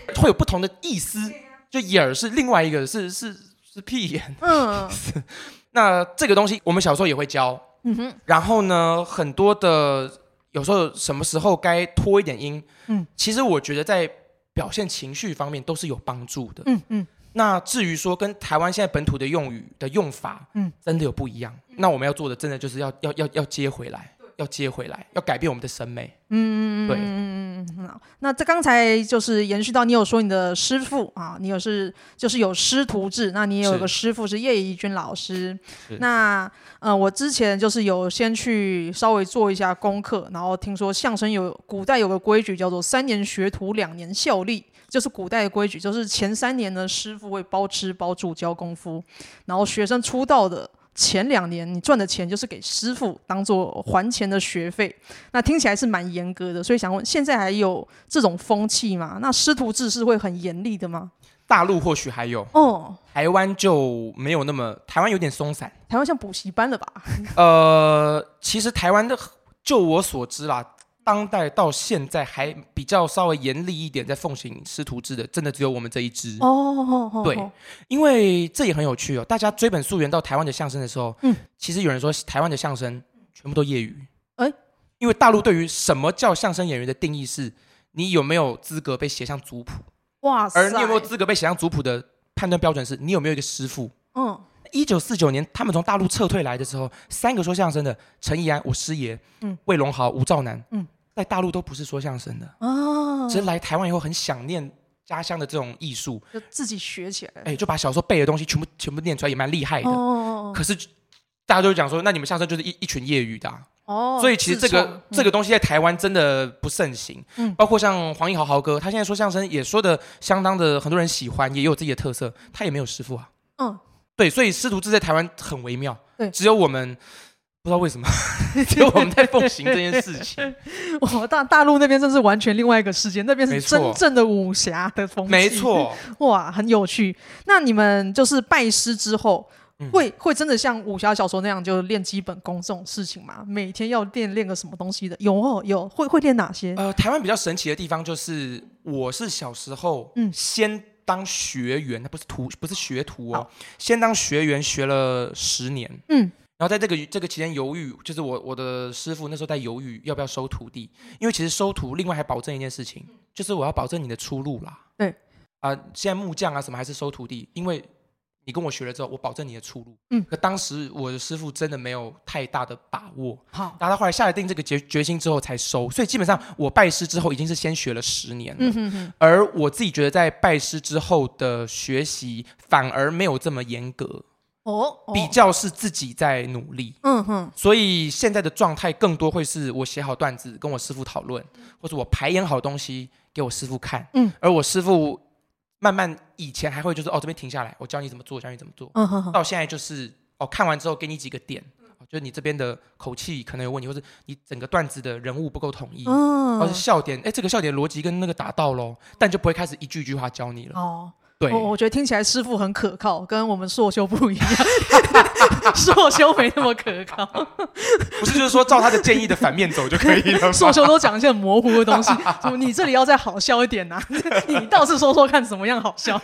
会有不同的意思，就眼儿是另外一个是屁眼。那这个东西我们小时候也会教，然后呢，很多的有时候什么时候该拖一点音，其实我觉得在表现情绪方面都是有帮助的。那至于说跟台湾现在本土的用语的用法，真的有不一样。那我们要做的真的就是要接回来，要改变我们的审美。对。 那这刚才就是延续到你有说你的师傅啊，你就是有师徒制，那你也有一个师傅是叶怡君老师。那我之前就是有先去稍微做一下功课，然后听说相声古代有个规矩叫做3年学徒2年效力。就是古代的规矩，就是前3年呢，师傅会包吃包住教功夫，然后学生出道的前2年，你赚的钱就是给师傅当做还钱的学费。那听起来是蛮严格的，所以想问，现在还有这种风气吗？那师徒制是会很严厉的吗？ 大陆或许还有，台湾就没有那么，台湾有点松散。 台湾像补习班了吧？ 其实台湾的，就我所知啦。当代到现在还比较稍微严厉一点，在奉行师徒制的，真的只有我们这一支。对，因为这也很有趣哦。大家追本溯源到台湾的相声的时候，其实有人说台湾的相声全部都业余。因为大陆对于什么叫相声演员的定义是，你有没有资格被写上族谱。 哇塞！ 而你有没有资格被写上族谱的判断标准是，你有没有一个师傅。1949年他们从大陆撤退来的时候，3个说相声的，陈怡安我师爷，魏龙豪、吴兆南，在大陆都不是说相声的，只是来台湾以后很想念家乡的这种艺术， 就自己学起来， 就把小时候背的东西全部念出来，也蛮厉害的。可是大家都讲说，那你们相声就是一群业余的。所以其实这个东西在台湾真的不盛行。包括像黄义豪豪哥，他现在说相声也说的相当的很多人喜欢，也有自己的特色，他也没有师傅啊。对，所以师徒制在台湾很微妙，只有我们不知道为什么，只有我们在奉行这件事情。 哇，大陆那边真是完全另外一个世界，那边是真正的武侠的风气。 没错， 哇，很有趣。那你们就是拜师之后，会真的像武侠小说那样就练基本功这种事情吗？每天要练个什么东西的？有，会练哪些？ 台湾比较神奇的地方就是，我是小时候先当学员，他不是学徒哦，先当学员学了10年，然后在这个期间犹豫，就是我的师傅那时候在犹豫要不要收徒弟，因为其实收徒另外还保证一件事情，就是我要保证你的出路啦。 对， 现在木匠啊什么还是收徒弟，因为你跟我学了之后，我保证你的出路。可当时我的师傅真的没有太大的把握，然后他后来下了定这个决心之后才收，所以基本上我拜师之后已经是先学了10年了。而我自己觉得在拜师之后的学习反而没有这么严格，比较是自己在努力。所以现在的状态更多会是我写好段子跟我师傅讨论，或者我排演好东西给我师傅看，而我师傅慢慢以前还会就是这边停下来，我教你怎么做，到现在就是看完之后给你几个点，就是你这边的口气可能有问题，或者你整个段子的人物不够统一，或者笑点，这个笑点逻辑跟那个达到咯，但就不会开始一句一句话教你了。对， 我觉得听起来师傅很可靠，跟我们硕修不一样。硕修没那么可靠， 不是就是说照他的建议的反面走就可以了吗？ 硕修都讲一些很模糊的东西，什么你这里要再好笑一点啊，你倒是说看怎么样好笑。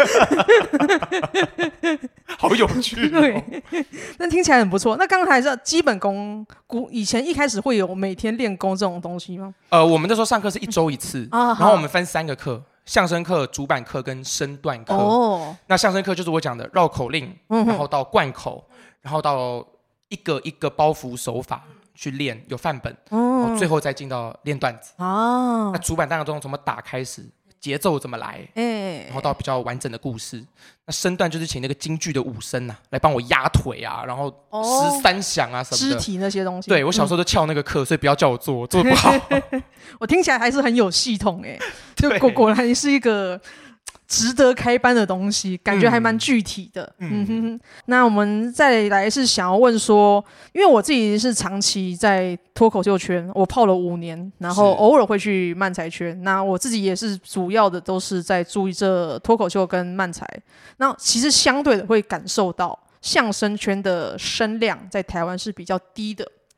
好有趣。 对，那听起来很不错。那刚才是基本功，以前一开始会有每天练功这种东西吗？ 我们那时候上课是1周1次，然后我们分3个课。相声课、主板课跟身段课。那相声课就是我讲的绕口令，然后到贯口，然后到一个一个包袱手法去练，有范本，然后最后再进到练段子。那主板当然从怎么打开始，节奏怎么来，然后到比较完整的故事。那身段就是请那个京剧的武生来帮我压腿啊，然后13响啊什么的， 肢体那些东西。 对，我小时候都翘那个课，所以不要叫我做不好。 我听起来还是很有系统就果然是一个值得开班的东西，感觉还蛮具体的。那我们再来是想要问说，因为我自己是长期在脱口秀圈，我泡了5年，然后偶尔会去漫才圈。那我自己也是主要的都是在注意这脱口秀跟漫才。那其实相对的会感受到相声圈的声量在台湾是比较低的。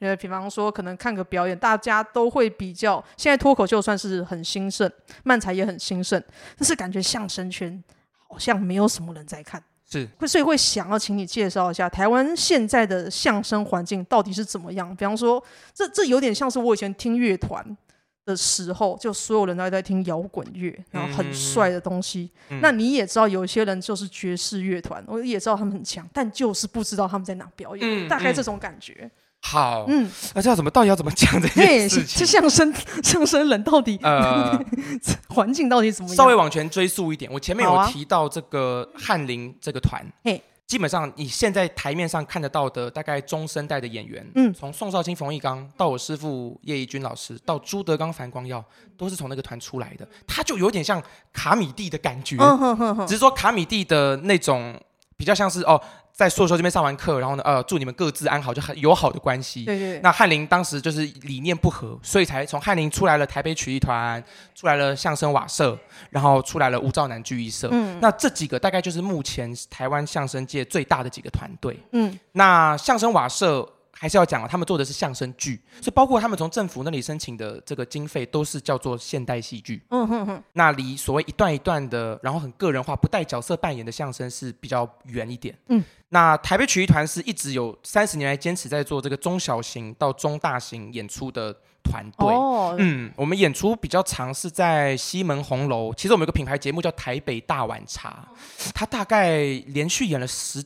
比方说可能看个表演，大家都会比较，现在脱口秀算是很兴盛，漫才也很兴盛，但是感觉相声圈好像没有什么人在看， 是， 所以会想要请你介绍一下台湾现在的相声环境到底是怎么样。比方说这有点像是我以前听乐团的时候，就所有人都在听摇滚乐，然后很帅的东西。那你也知道，有些人就是爵士乐团，我也知道他们很强，但就是不知道他们在哪表演，大概这种感觉。 好，那这到底要怎么讲这件事情？ 这相声人到底环境到底怎么样？ 稍微往前追溯一点，我前面有提到这个翰林这个团。基本上你现在台面上看得到的大概中生代的演员，从宋少卿、冯翊纲到我师父叶怡君老师，到朱德刚、樊光耀，都是从那个团出来的。他就有点像卡米蒂的感觉，只是说卡米蒂的那种比较像是在硕修这边上完课，然后呢，祝你们各自安好，就很友好的关系。 对。 那翰林当时就是理念不合，所以才从翰林出来了台北曲艺团，出来了相声瓦舍，然后出来了吴兆南剧艺社。那这几个大概就是目前台湾相声界最大的几个团队。那相声瓦舍还是要讲他们做的是相声剧，所以包括他们从政府那里申请的这个经费都是叫做现代戏剧。那离所谓一段一段的，然后很个人化、不带角色扮演的相声是比较远一点。那台北曲艺团是一直有30年来坚持在做这个中小型到中大型演出的团队。我们演出比较长是在西门红楼，其实我们有个品牌节目叫台北大碗茶，它大概连续演了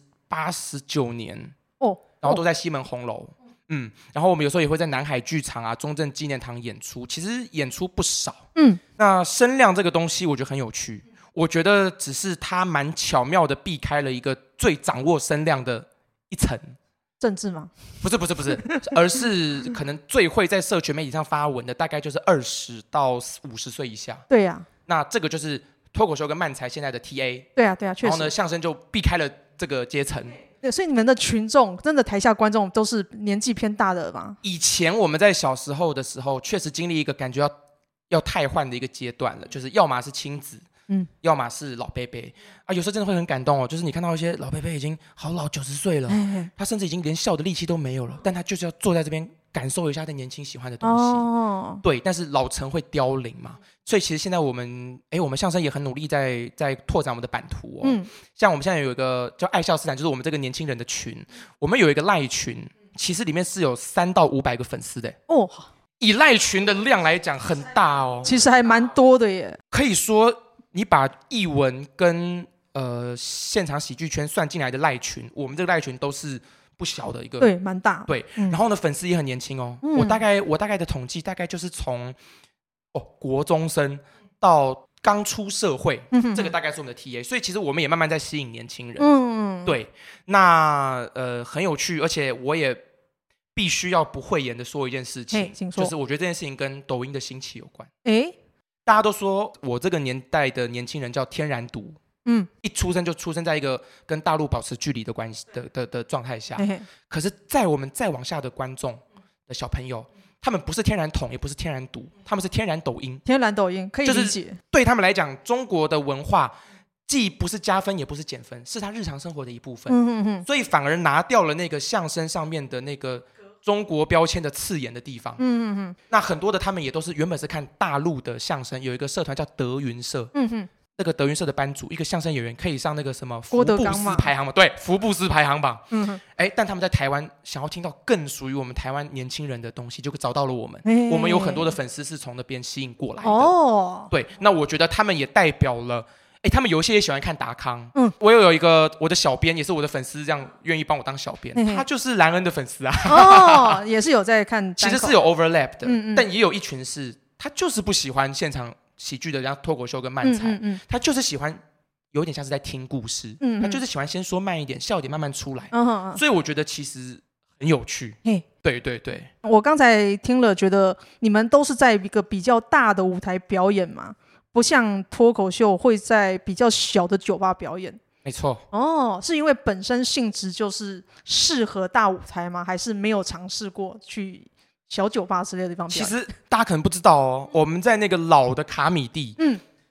18、19年。然后都在西门红楼。然后我们有时候也会在南海剧场啊、中正纪念堂演出，其实演出不少。那声量这个东西我觉得很有趣，我觉得只是它蛮巧妙的避开了一个最掌握声量的一层。 政治吗？ 不是，而是可能最会在社群媒体上发文的大概就是20到50岁以下。 对呀。 那这个就是脱口秀跟漫才现在的 TA。对啊，确实。 然后呢，相声就避开了这个阶层。 对，所以你们的群众真的台下观众都是年纪偏大的吗？ 以前我们在小时候的时候，确实经历一个感觉要汰换的一个阶段了，就是要么是亲子，要么是老伯伯啊。有时候真的会很感动就是你看到一些老伯伯已经好老90岁了，他甚至已经连笑的力气都没有了，但他就是要坐在这边感受一下他年轻喜欢的东西。对，但是老成会凋零嘛，所以其实现在我们相声也很努力在拓展我们的版图像我们现在有一个叫爱笑斯坦，就是我们这个年轻人的群，我们有一个赖群，其实里面是有300到500个粉丝的以赖群的量来讲很大其实还蛮多的耶。 可以说你把艺文跟现场喜剧圈算进来的赖群，我们这个赖群都是不小的一个， 对，蛮大。 对，然后呢，粉丝也很年轻我大概的统计大概就是从国中生到刚出社会，这个大概是我们的 TA， 所以其实我们也慢慢在吸引年轻人。对，那很有趣，而且我也必须要不讳言的说一件事情，就是我觉得这件事情跟抖音的兴起有关。大家都说我这个年代的年轻人叫天然毒。一出生就出生在一个跟大陆保持距离的关系的状态下。可是在我们再往下的观众的小朋友，他们不是天然统，也不是天然毒，他们是天然抖音。 天然抖音可以理解， 就是对他们来讲，中国的文化既不是加分，也不是减分，是他日常生活的一部分。所以反而拿掉了那个相声上面的那个中国标签的刺眼的地方。那很多的他们也都是原本是看大陆的相声，有一个社团叫德云社。那个德云社的班主，一个相声演员可以上那个什么福布斯排行榜，对，福布斯排行榜。但他们在台湾想要听到更属于我们台湾年轻人的东西，就找到了我们。我们有很多的粉丝是从那边吸引过来的。对，那我觉得他们也代表了，他们有一些也喜欢看达康。我有一个我的小编，也是我的粉丝，这样愿意帮我当小编，他就是兰恩的粉丝啊。 也是有在看， 其实是有 overlap 的，但也有一群是他就是不喜欢现场喜剧的，然后脱口秀跟漫才，他就是喜欢有点像是在听故事，他就是喜欢先说慢一点，笑点慢慢出来，所以我觉得其实很有趣。对对对， 我刚才听了，觉得你们都是在一个比较大的舞台表演嘛，不像脱口秀会在比较小的酒吧表演。 没错。 是因为本身性质就是适合大舞台吗？还是没有尝试过去小酒吧之类的地方表演？ 其实大家可能不知道我们在那个老的卡米蒂，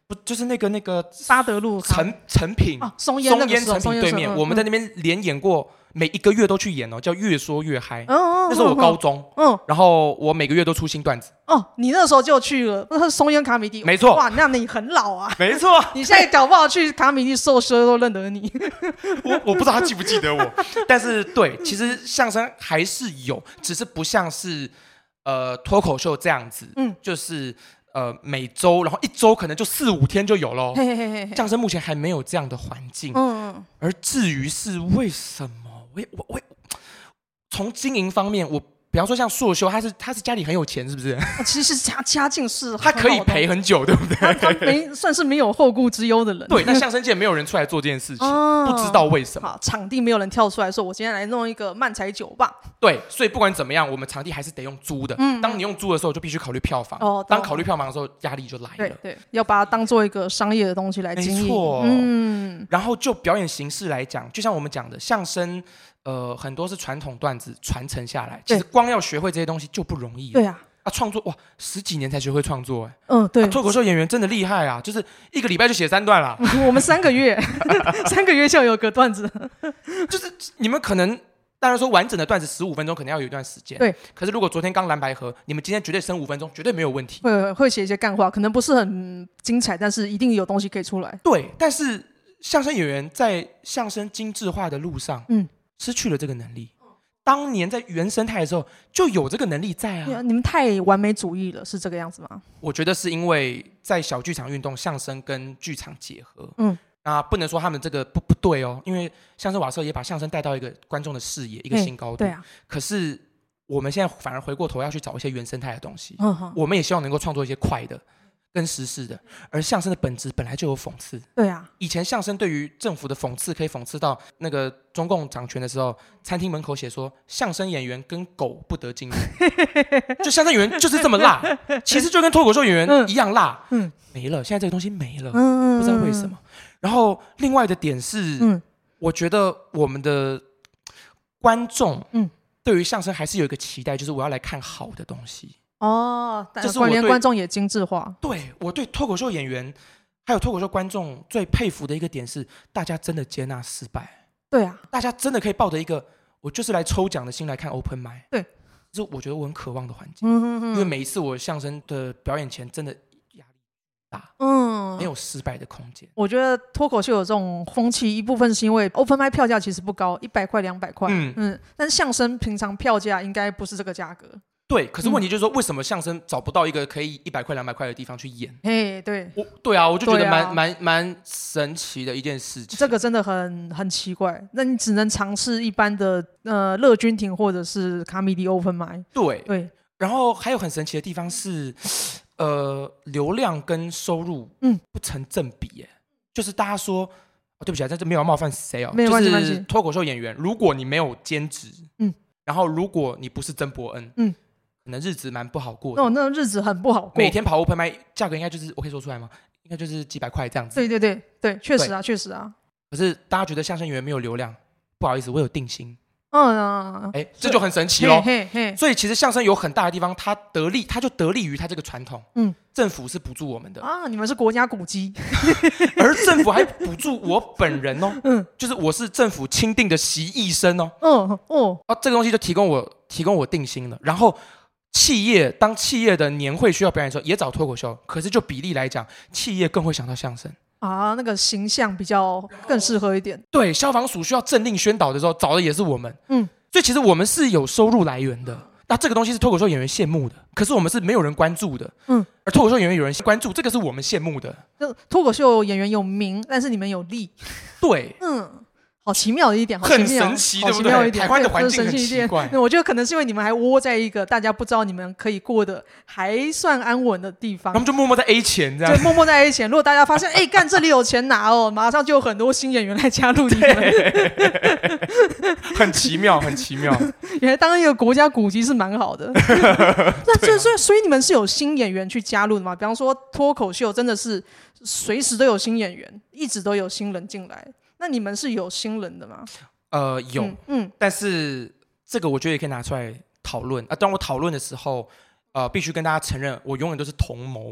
不就是那个沙德路成品松烟成品对面，我们在那边连演过，每一个月都去演哦，叫越说越嗨。那时候我高中，然后我每个月都出新段子。 你那时候就去了，那是松烟卡米蒂， 没错。 哇，那你很老啊。 没错。 你现在搞不好去卡米蒂受羞都认得你。 我不知道他记不记得我，但是对，其实相声还是有，只是不像是脱口秀这样子，就是每周，然后一周可能就4-5天就有咯。相声目前还没有这样的环境。而至于是为什么，我从经营方面，比方说像硕修，他是家里很有钱，是不是？ 其实家境是他可以陪很久，对不对？ 他算是没有后顾之忧的人。 对，那相声界没有人出来做这件事情，不知道为什么。 好，场地没有人跳出来说，我今天来弄一个漫才酒吧。 对，所以不管怎么样，我们场地还是得用租的。当你用租的时候，就必须考虑票房。当考虑票房的时候，压力就来了。 对，要把它当做一个商业的东西来经营。 没错。然后就表演形式来讲，就像我们讲的，相声。很多是传统段子传承下来，其实光要学会这些东西就不容易了。 对啊， 创作哇，10几年才学会创作。 对。 脱口秀演员真的厉害啊，就是1个礼拜就写3段了。 我们3个月，3个月就有个段子。 就是你们可能当然说完整的段子15分钟可能要有一段时间， 对。 可是如果昨天刚蓝白合，你们今天绝对生5分钟，绝对没有问题。 会写一些干话，可能不是很精彩，但是一定有东西可以出来。 对，但是相声演员在相声精致化的路上，失去了这个能力。当年在原生态的时候就有这个能力在啊。 你们太完美主义了，是这个样子吗？ 我觉得是因为在小剧场运动，相声跟剧场结合。不能说他们这个不对哦，因为相声瓦舍也把相声带到一个观众的视野，一个新高度。 对啊。 可是我们现在反而回过头要去找一些原生态的东西。我们也希望能够创作一些快的。跟时事的，而相声的本质本来就有讽刺。 对啊， 以前相声对于政府的讽刺，可以讽刺到那个中共掌权的时候，餐厅门口写说相声演员跟狗不得进入，就相声演员就是这么辣，其实就跟脱口秀演员一样辣。没了，现在这个东西没了，不知道为什么。然后另外的点是，我觉得我们的观众，对于相声还是有一个期待，就是我要来看好的东西。 就是连观众也精致化。 对，我对脱口秀演员还有脱口秀观众最佩服的一个点是，大家真的接纳失败。 对啊， 大家真的可以抱着一个我就是来抽奖的心来看 open mic。 对， 这是我觉得我很渴望的环境。因为每一次我相声的表演前真的压力大，没有失败的空间。 我觉得脱口秀有这种风气，一部分是因为 open mic 票价其实不高，100块200块。但是相声平常票价应该不是这个价格。 对，可是问题就是说，为什么相声找不到一个可以100块200块的地方去演？ 对， 对啊，我就觉得蛮神奇的一件事情。 这个真的很奇怪，那你只能尝试一般的乐君亭或者是卡米蒂 open mic。对， 然后还有很神奇的地方是，流量跟收入不成正比。就是大家说，对不起啊，这没有要冒犯谁哦， 没有关系， 就是脱口秀演员，如果你没有兼职，然后如果你不是曾伯恩，可能日子蛮不好过的。 那日子很不好过。 每天跑 open mic 价格应该就是我可以说出来吗？应该就是几百块这样子。 对，确实啊。 可是大家觉得相声演员没有流量，不好意思，我有定薪。这就很神奇咯。所以其实相声有很大的地方，它就得力于它这个传统。政府是补助我们的啊，你们是国家古迹， 而政府还补助我本人哦。就是我是政府钦定的习艺生哦。这个东西就提供我定薪了，然后。当企业的年会需要表演的时候，也找脱口秀，可是就比例来讲，企业更会想到相声啊，那个形象比较更适合一点。 对，消防署需要政令宣导的时候，找的也是我们。所以其实我们是有收入来源的。那这个东西是脱口秀演员羡慕的，可是我们是没有人关注的。而脱口秀演员有人关注，这个是我们羡慕的。 脱口秀演员有名，但是你们有利。 对， 好奇妙的一点， 很神奇，对不对？台湾的环境很奇怪。 我觉得可能是因为你们还窝在一个大家不知道你们可以过得还算安稳的地方， 他们就默默在 A 钱这样， 就默默在 A 钱。如果大家发现干这里有钱拿哦，马上就有很多新演员来加入你们， 很奇妙，很奇妙。 原来当一个国家古迹是蛮好的。所以你们是有新演员去加入的吗？比方说脱口秀真的是随时都有新演员，一直都有新人进来。那你们是有新人的吗？ 有，但是这个我觉得也可以拿出来讨论啊。当我讨论的时候，必须跟大家承认，我永远都是同谋。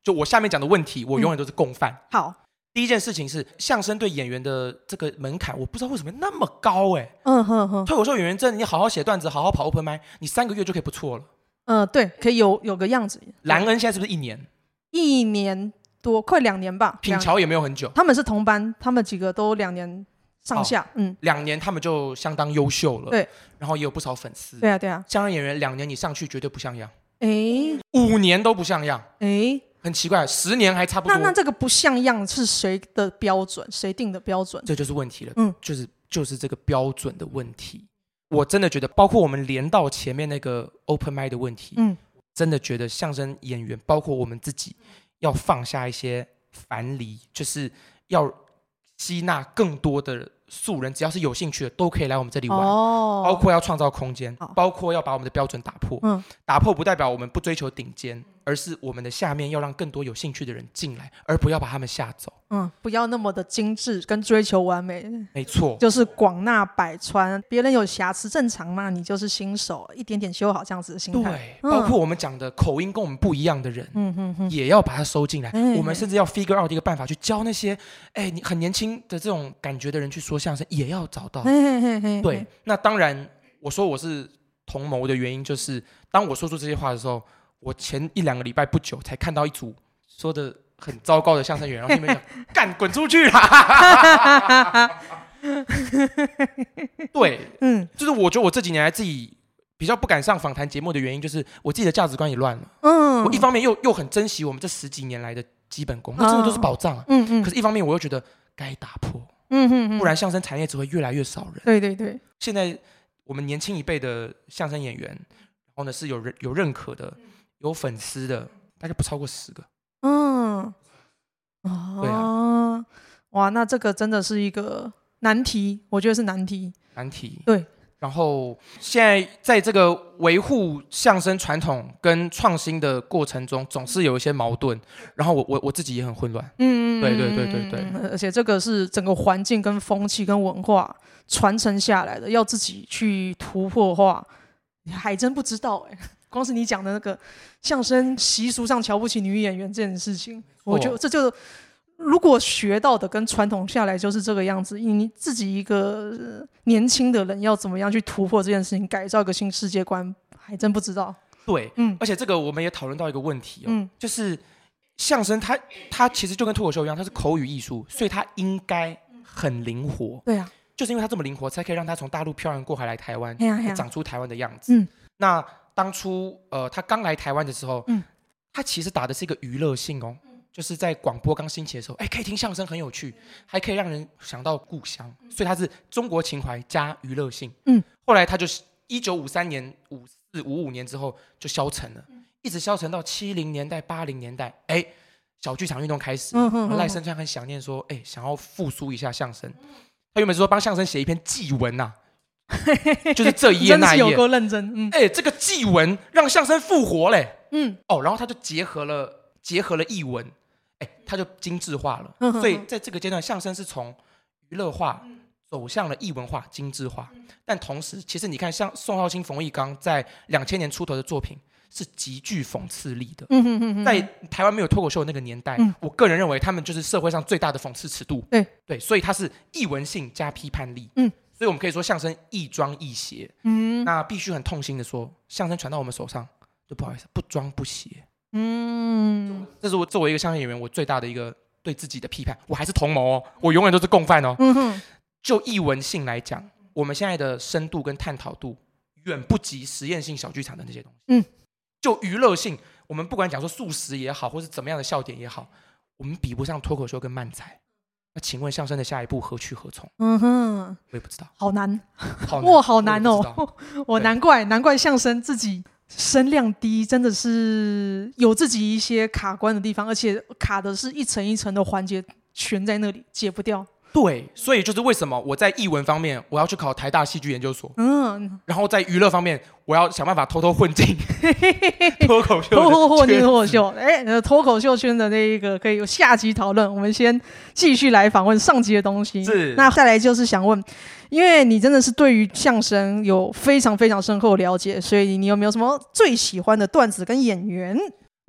就我下面讲的问题，我永远都是共犯。 好， 第一件事情是相声对演员的这个门槛，我不知道为什么那么高脱口秀演员真的，你好好写段子，好好跑 open mic， 你3个月就可以不错了。 对，可以有个样子。 兰恩现在是不是1年 ？1年多，快2年吧。 品乔也没有很久， 他们是同班，他们几个都2年上下。 2年他们就相当优秀了。 对， 然后也有不少粉丝。 对啊。 相声演员2年你上去绝对不像样 ，5 年都不像样。很奇怪，10年还差不多。 那这个不像样是谁的标准？谁定的标准？ 这就是问题了。就是这个标准的问题。我真的觉得，包括我们连到前面那个 open mic 的问题，真的觉得相声演员，包括我们自己，要放下一些樊篱，就是要吸纳更多的素人，只要是有兴趣的都可以来我们这里玩。包括要创造空间，包括要把我们的标准打破。打破不代表我们不追求顶尖，而是我们的下面要让更多有兴趣的人进来，而不要把他们吓走。 不要那么的精致跟追求完美。 没错， 就是广纳百川，别人有瑕疵正常嘛，你就是新手，一点点修好这样子的心态。 对，包括我们讲的口音跟我们不一样的人，也要把它收进来。我们甚至要 figure out 一个办法去教那些你很年轻的这种感觉的人去说相声，也要找到。对，那当然我说我是同谋的原因，就是当我说出这些话的时候，我前1-2个礼拜不久才看到一组说的很糟糕的相声演员，然后你们讲干滚出去啦！对，就是我觉得我这几年来自己比较不敢上访谈节目的原因，就是我自己的价值观也乱了。我一方面又很珍惜我们这10几年来的基本功，那真的都是宝藏。可是一方面我又觉得该打破。不然相声产业只会越来越少人。 对， 现在我们年轻一辈的相声演员，然后呢是有认可的，有粉丝的，大概不超过10个。对啊， 哇，那这个真的是一个难题，我觉得是难题。对。 然后现在在这个维护相声传统跟创新的过程中，总是有一些矛盾，然后我自己也很混乱。对。 而且这个是整个环境跟风气跟文化传承下来的，要自己去突破的话，你还真不知道光是你讲的那个相声习俗上瞧不起女演员这件事情，我觉得这就如果学到的跟传统下来就是这个样子，你自己一个年轻的人要怎么样去突破这件事情，改造一个新世界观，还真不知道。 对，而且这个我们也讨论到一个问题就是相声它其实就跟脱口秀一样，它是口语艺术，所以它应该很灵活。 对啊， 就是因为它这么灵活，才可以让它从大陆飘然过海来台湾，长出台湾的样子。那当初他刚来台湾的时候，他其实打的是一个娱乐性就是在广播刚兴起的时候，可以听相声很有趣，还可以让人想到故乡，所以它是中国情怀加娱乐性。后来他就1953年、54、55年之后就消沉了，一直消沉到70年代、80年代，小剧场运动开始，赖声川很想念说，想要复苏一下相声。他原本是说帮相声写一篇祭文就是这一页那一页， 真是有够认真。 这个祭文让相声复活嘞。然后他就结合了艺文，他就精致化了。所以在这个阶段，相声是从娱乐化走向了艺文化、精致化。但同时，其实你看，像宋浩清、冯翊纲在2000年出头的作品是极具讽刺力的。在台湾没有脱口秀的那个年代，我个人认为他们就是社会上最大的讽刺尺度。对，所以它是艺文性加批判力。所以我们可以说相声亦庄亦邪。那必须很痛心的说，相声传到我们手上，就不好意思，不庄不邪。这是我作为一个相声演员，我最大的一个对自己的批判。我还是同谋我永远都是共犯就艺文性来讲，我们现在的深度跟探讨度远不及实验性小剧场的那些东西。就娱乐性，我们不管讲说素食也好，或是怎么样的笑点也好，我们比不上脱口秀跟漫才。那请问相声的下一步何去何从？我也不知道， 好难， 哇， 好难我难怪相声自己声量低，真的是有自己一些卡关的地方，而且卡的是一层一层的环节悬在那里，解不掉。 对，所以就是为什么我在艺文方面我要去考台大戏剧研究所，然后在娱乐方面我要想办法偷偷混进脱口秀脱口秀圈的那一个可以有下集讨论。我们先继续来访问上集的东西。那再来就是想问，因为你真的是对于相声有非常非常深厚了解，所以你有没有什么最喜欢的段子跟演员？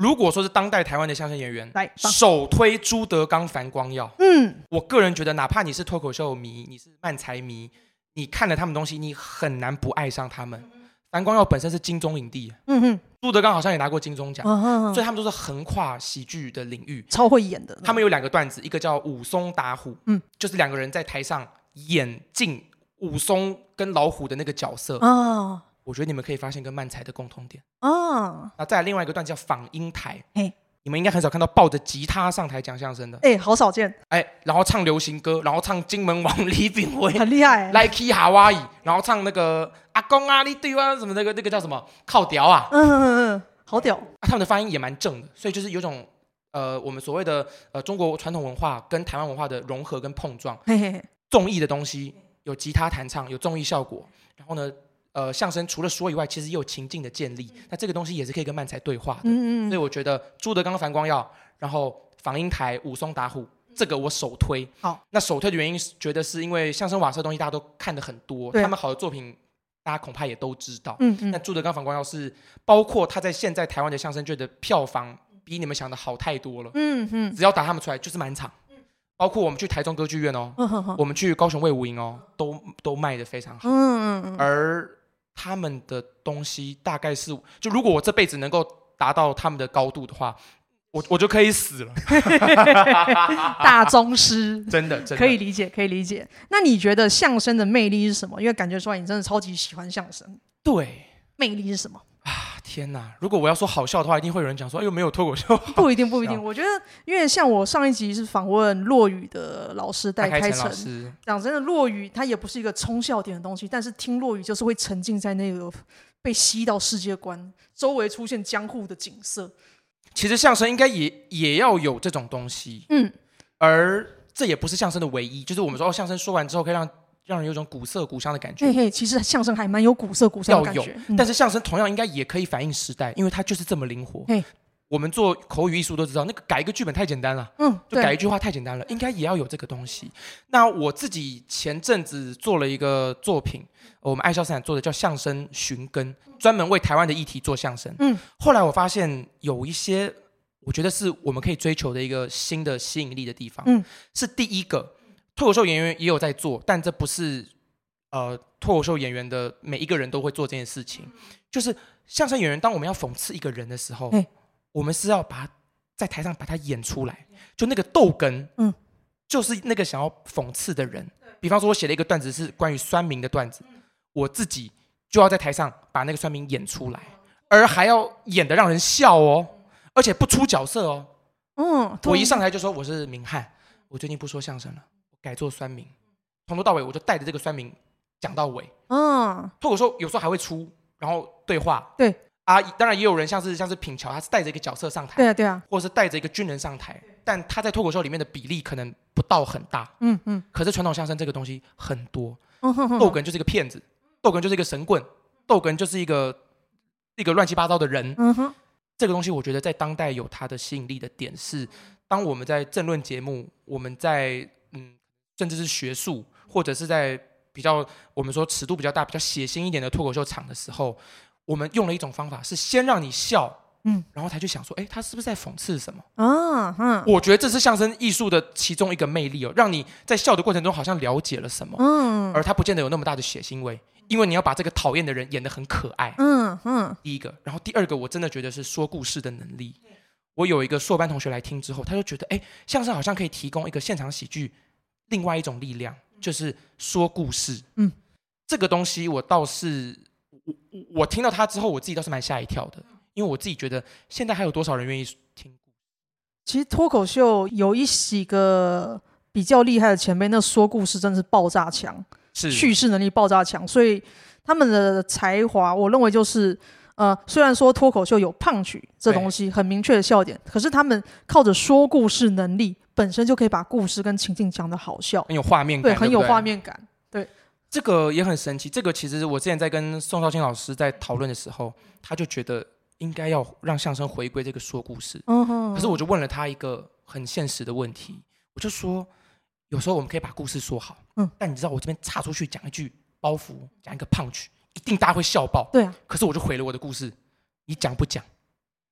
如果说是当代台湾的相声演员， 来首推朱德刚、樊光耀。我个人觉得，哪怕你是脱口秀迷，你是漫才迷，你看了他们东西，你很难不爱上他们。樊光耀本身是金钟影帝，朱德刚好像也拿过金钟奖，所以他们都是横跨喜剧的领域， 超会演的。 他们有2个段子，一个叫武松打虎，就是2个人在台上演进武松跟老虎的那个角色。我觉得你们可以发现跟漫才的共同点。那再来另外一个段叫访英台，你们应该很少看到抱着吉他上台讲相声的， 好少见。 然后唱流行歌，然后唱金门王李炳辉， 很厉害。 Like Hawaii， 然后唱那个阿公啊，你对啊什么那个叫什么靠调啊， 好屌。 他们的发音也蛮正的，所以就是有种我们所谓的中国传统文化跟台湾文化的融合跟碰撞。综艺的东西有吉他弹唱，有综艺效果，然后呢。相声除了说以外，其实也有情境的建立，那这个东西也是可以跟漫才对话的。所以我觉得朱德刚、樊光耀，然后访英台、武松打虎，这个我首推。好，那首推的原因觉得是因为相声瓦舍的东西大家都看得很多，他们好的作品大家恐怕也都知道。那朱德刚、樊光耀是包括他在现在台湾的相声剧的票房比你们想的好太多了。只要打他们出来就是满场。包括我们去台中歌剧院我们去高雄卫武营都卖得非常好。而他们的东西大概是，就如果我这辈子能够达到他们的高度的话，我就可以死了。 大宗师， 真的可以理解，可以理解。那你觉得相声的魅力是什么？因为感觉出来你真的超级喜欢相声。 对， 魅力是什么？ 天哪！如果我要说好笑的话，一定会有人讲说：“哎呦，没有脱口秀。” 不一定。我觉得，因为像我上一集是访问落语的老师戴开成，讲真的，落语它也不是一个冲笑点的东西，但是听落语就是会沉浸在那个被吸到世界观，周围出现江户的景色。 其实相声应该也要有这种东西，而这也不是相声的唯一。就是我们说相声说完之后可以让人有种古色古香的感觉。 其实相声还蛮有古色古香的感觉。 但是相声同样应该也可以反映时代，因为它就是这么灵活。我们做口语艺术都知道，那个改一个剧本太简单了，就改一句话太简单了，应该也要有这个东西。那我自己前阵子做了一个作品，我们爱笑斯坦做的叫相声寻根，专门为台湾的议题做相声。后来我发现有一些我觉得是我们可以追求的一个新的吸引力的地方。是第一个。脱口秀演员也有在做，但这不是脱口秀演员的每一个人都会做这件事情。就是相声演员，当我们要讽刺一个人的时候，我们是要把他在台上把他演出来，就那个逗哏，就是那个想要讽刺的人。比方说，我写了一个段子是关于酸民的段子，我自己就要在台上把那个酸民演出来，而还要演得让人笑哦，而且不出角色哦。我一上台就说我是明翰，我最近不说相声了。改做酸民，从头到尾我就带着这个酸民讲到尾。脱口秀有时候还会出，然后对话。当然也有人像是品乔，他是带着一个角色上台， 对啊， 或者是带着一个军人上台，但他在脱口秀里面的比例可能不到很大。可是传统相声这个东西很多，逗哏就是一个骗子，逗哏就是一个神棍，逗哏就是一个乱七八糟的人。这个东西我觉得在当代有它的吸引力的点是，当我们在政论节目，我们在甚至是学术，或者是在比较我们说尺度比较大、比较血腥一点的脱口秀场的时候，我们用了一种方法是先让你笑，然后才去想说，他是不是在讽刺什么？我觉得这是相声艺术的其中一个魅力哦，让你在笑的过程中好像了解了什么，而它不见得有那么大的血腥味，因为你要把这个讨厌的人演得很可爱。第一个，然后第二个，我真的觉得是说故事的能力。我有一个硕班同学来听之后，他就觉得，相声好像可以提供一个现场喜剧。另外一种力量就是说故事。这个东西我倒是我听到它之后，我自己倒是蛮吓一跳的，因为我自己觉得现在还有多少人愿意听故事？ 其实脱口秀有几个比较厉害的前辈，那说故事真的是爆炸强，叙事能力爆炸强，所以他们的才华，我认为就是虽然说脱口秀有punch这东西很明确的笑点，可是他们靠着说故事能力。本身就可以把故事跟情境讲得好笑， 很有画面感， 对，很有画面感，对， 这个也很神奇。这个其实我之前在跟宋少卿老师在讨论的时候，他就觉得应该要让相声回归这个说故事。可是我就问了他一个很现实的问题，我就说，有时候我们可以把故事说好，但你知道我这边插出去讲一句包袱，讲一个punch，一定大家会笑爆。 对啊。 可是我就毁了我的故事，你讲不讲？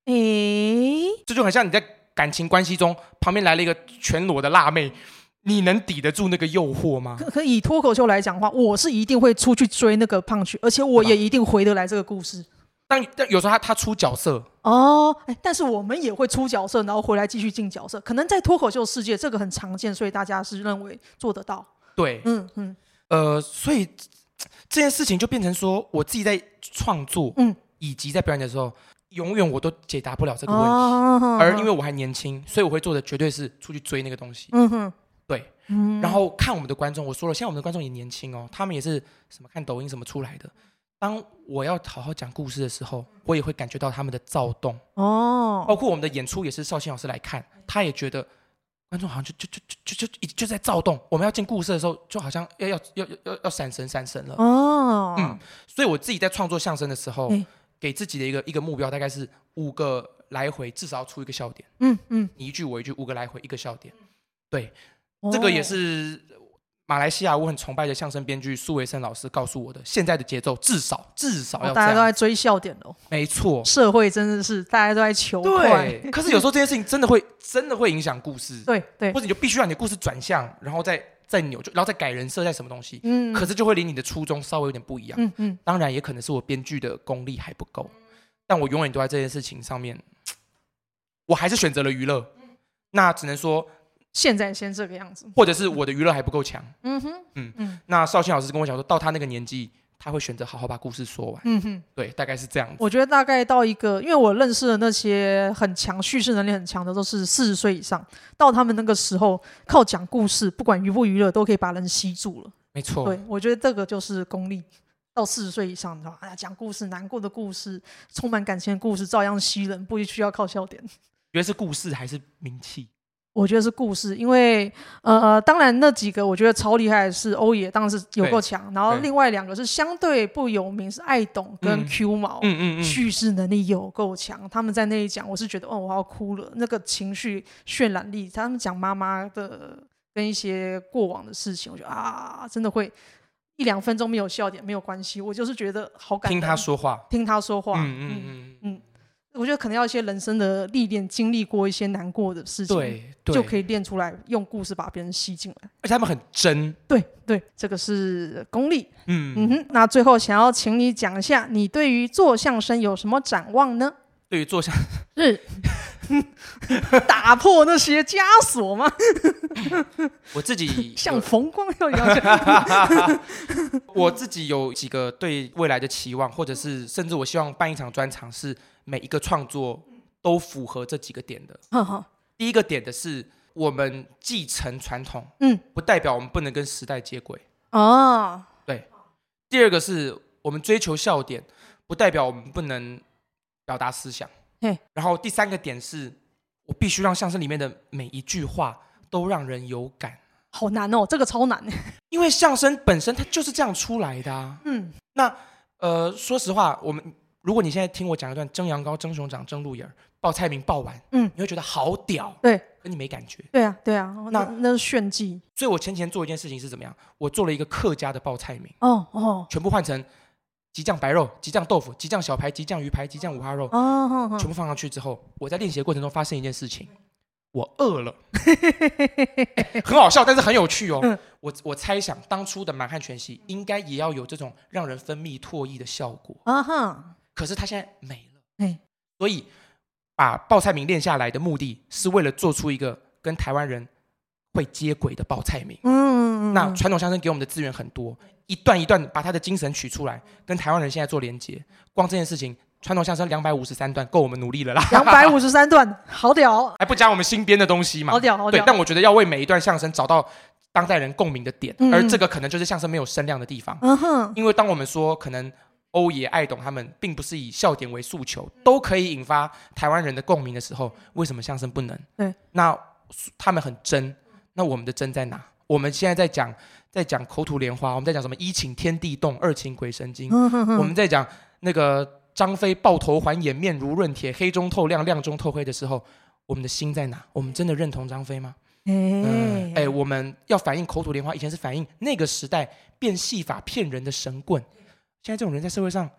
这就很像你在感情关系中旁边来了一个全裸的辣妹，你能抵得住那个诱惑吗？ 可以脱口秀来讲的话，我是一定会出去追那个胖曲，而且我也一定回得来这个故事。 但有时候他出角色但是我们也会出角色，然后回来继续进角色。可能在脱口秀世界这个很常见，所以大家是认为做得到。 对，所以这件事情就变成说，我自己在创作，以及在表演的时候，永远我都解答不了这个问题。而因为我还年轻，所以我会做的绝对是出去追那个东西。对。然后看我们的观众，我说了，现在我们的观众也年轻哦，他们也是什么看抖音什么出来的。当我要好好讲故事的时候，我也会感觉到他们的躁动包括我们的演出也是少卿老师来看，他也觉得观众好像就在躁动。我们要进故事的时候，就好像要闪神了所以我自己在创作相声的时候，给自己的一个目标，大概是5个来回，至少要出一个笑点。你一句我一句，5个来回，1个笑点。对，这个也是马来西亚我很崇拜的相声编剧苏维生老师告诉我的，现在的节奏至少要这样。 大家都在追笑点了。 没错， 社会真的是大家都在求快。 对，可是有时候这件事情真的会影响故事。 对， 或者你就必须让你的故事转向，然后再扭，然后再改人设，再什么东西。可是就会离你的初衷稍微有点不一样。当然也可能是我编剧的功力还不够，但我永远都在这件事情上面，我还是选择了娱乐。那只能说。 现在先这个样子， 或者是我的娱乐还不够强。那少卿老师跟我讲说，到他那个年纪，他会选择好好把故事说完。对，大概是这样子。 我觉得大概到一个，因为我认识的那些很强、叙事能力很强的，都是40岁以上，到他们那个时候，靠讲故事，不管娱不娱乐，都可以把人吸住了。 没错。 对，我觉得这个就是功力。到40岁以上，讲故事，难过的故事，充满感情的故事，照样吸人，不需要靠笑点。 觉得是故事还是名气？ 我觉得是故事，因为当然那几个我觉得超厉害的是欧爷，当然是有够强，然后另外2个是相对不有名，是爱董跟 Q 毛，叙事能力有够强。他们在那里讲，我是觉得我要哭了，那个情绪渲染力，他们讲妈妈的跟一些过往的事情，我觉得真的会1-2分钟没有笑点没有关系，我就是觉得好感动。听他说话，我觉得可能要一些人生的历练，经历过一些难过的事情，对，就可以练出来，用故事把别人吸进来， 而且他们很真。 对，这个是功力。那最后想要请你讲一下，你对于做相声有什么展望呢？ 对于做相声打破那些枷锁吗？ 我自己像冯光耀一样我自己有几个对未来的期望，或者是甚至我希望办一场专场，是每一个创作都符合这几个点的。第一个点的是我们继承传统，不代表我们不能跟时代接轨。对。第二个是我们追求笑点，不代表我们不能表达思想。然后第三个点是我必须让相声里面的每一句话都让人有感。 好难哦，这个超难。 因为相声本身它就是这样出来的。那说实话，如果你现在听我讲一段蒸羊羔、蒸熊掌、蒸鹿眼、报菜名报完，你会觉得好屌。 对， 可你没感觉。 对啊，那是炫技。 所以我前做一件事情是怎么样？我做了一个客家的报菜名，全部换成鸡酱白肉、鸡酱豆腐、鸡酱小排、鸡酱鱼排、鸡酱五花肉，全部放上去之后，我在练习的过程中发生一件事情，我饿了。很好笑，但是很有趣哦。我猜想当初的满汉全席应该也要有这种让人分泌唾液的效果。可是它现在没了。所以把报菜名练下来的目的是为了做出一个跟台湾人会接轨的报菜名。那传统相声给我们的资源很多，一段一段把它的精神取出来，跟台湾人现在做连结。光这件事情，传统相声253段够我们努力了啦。 253段，好屌！ 还不加我们新编的东西嘛？ 好屌！ 对，但我觉得要为每一段相声找到当代人共鸣的点，而这个可能就是相声没有声量的地方。因为当我们说可能欧爷、爱董他们并不是以笑点为诉求，都可以引发台湾人的共鸣的时候，为什么相声不能？ 对， 那他们很真，那我们的真在哪？我们现在在讲口吐莲花，我们在讲什么一请天地动，二请鬼神惊。我们在讲那个张飞抱头还眼，面如润铁，黑中透亮，亮中透黑的时候，我们的心在哪？我们真的认同张飞吗？我们要反映口吐莲花，以前是反映那个时代变戏法骗人的神棍。现在这种人在社会上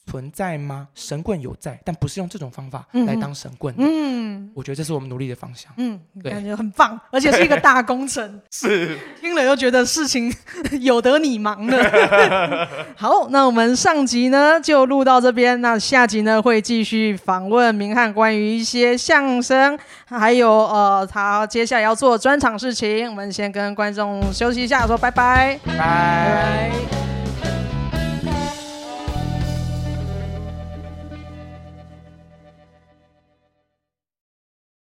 存在吗？神棍有在，但不是用这种方法来当神棍的。我觉得这是我们努力的方向。 感觉很棒，而且是一个大工程。 是， 听了又觉得事情有得你忙了。好，那我们上集呢就录到这边，那下集呢会继续访问明翰关于一些相声，还有他接下来要做专场事情。我们先跟观众休息一下，说拜拜， 拜拜。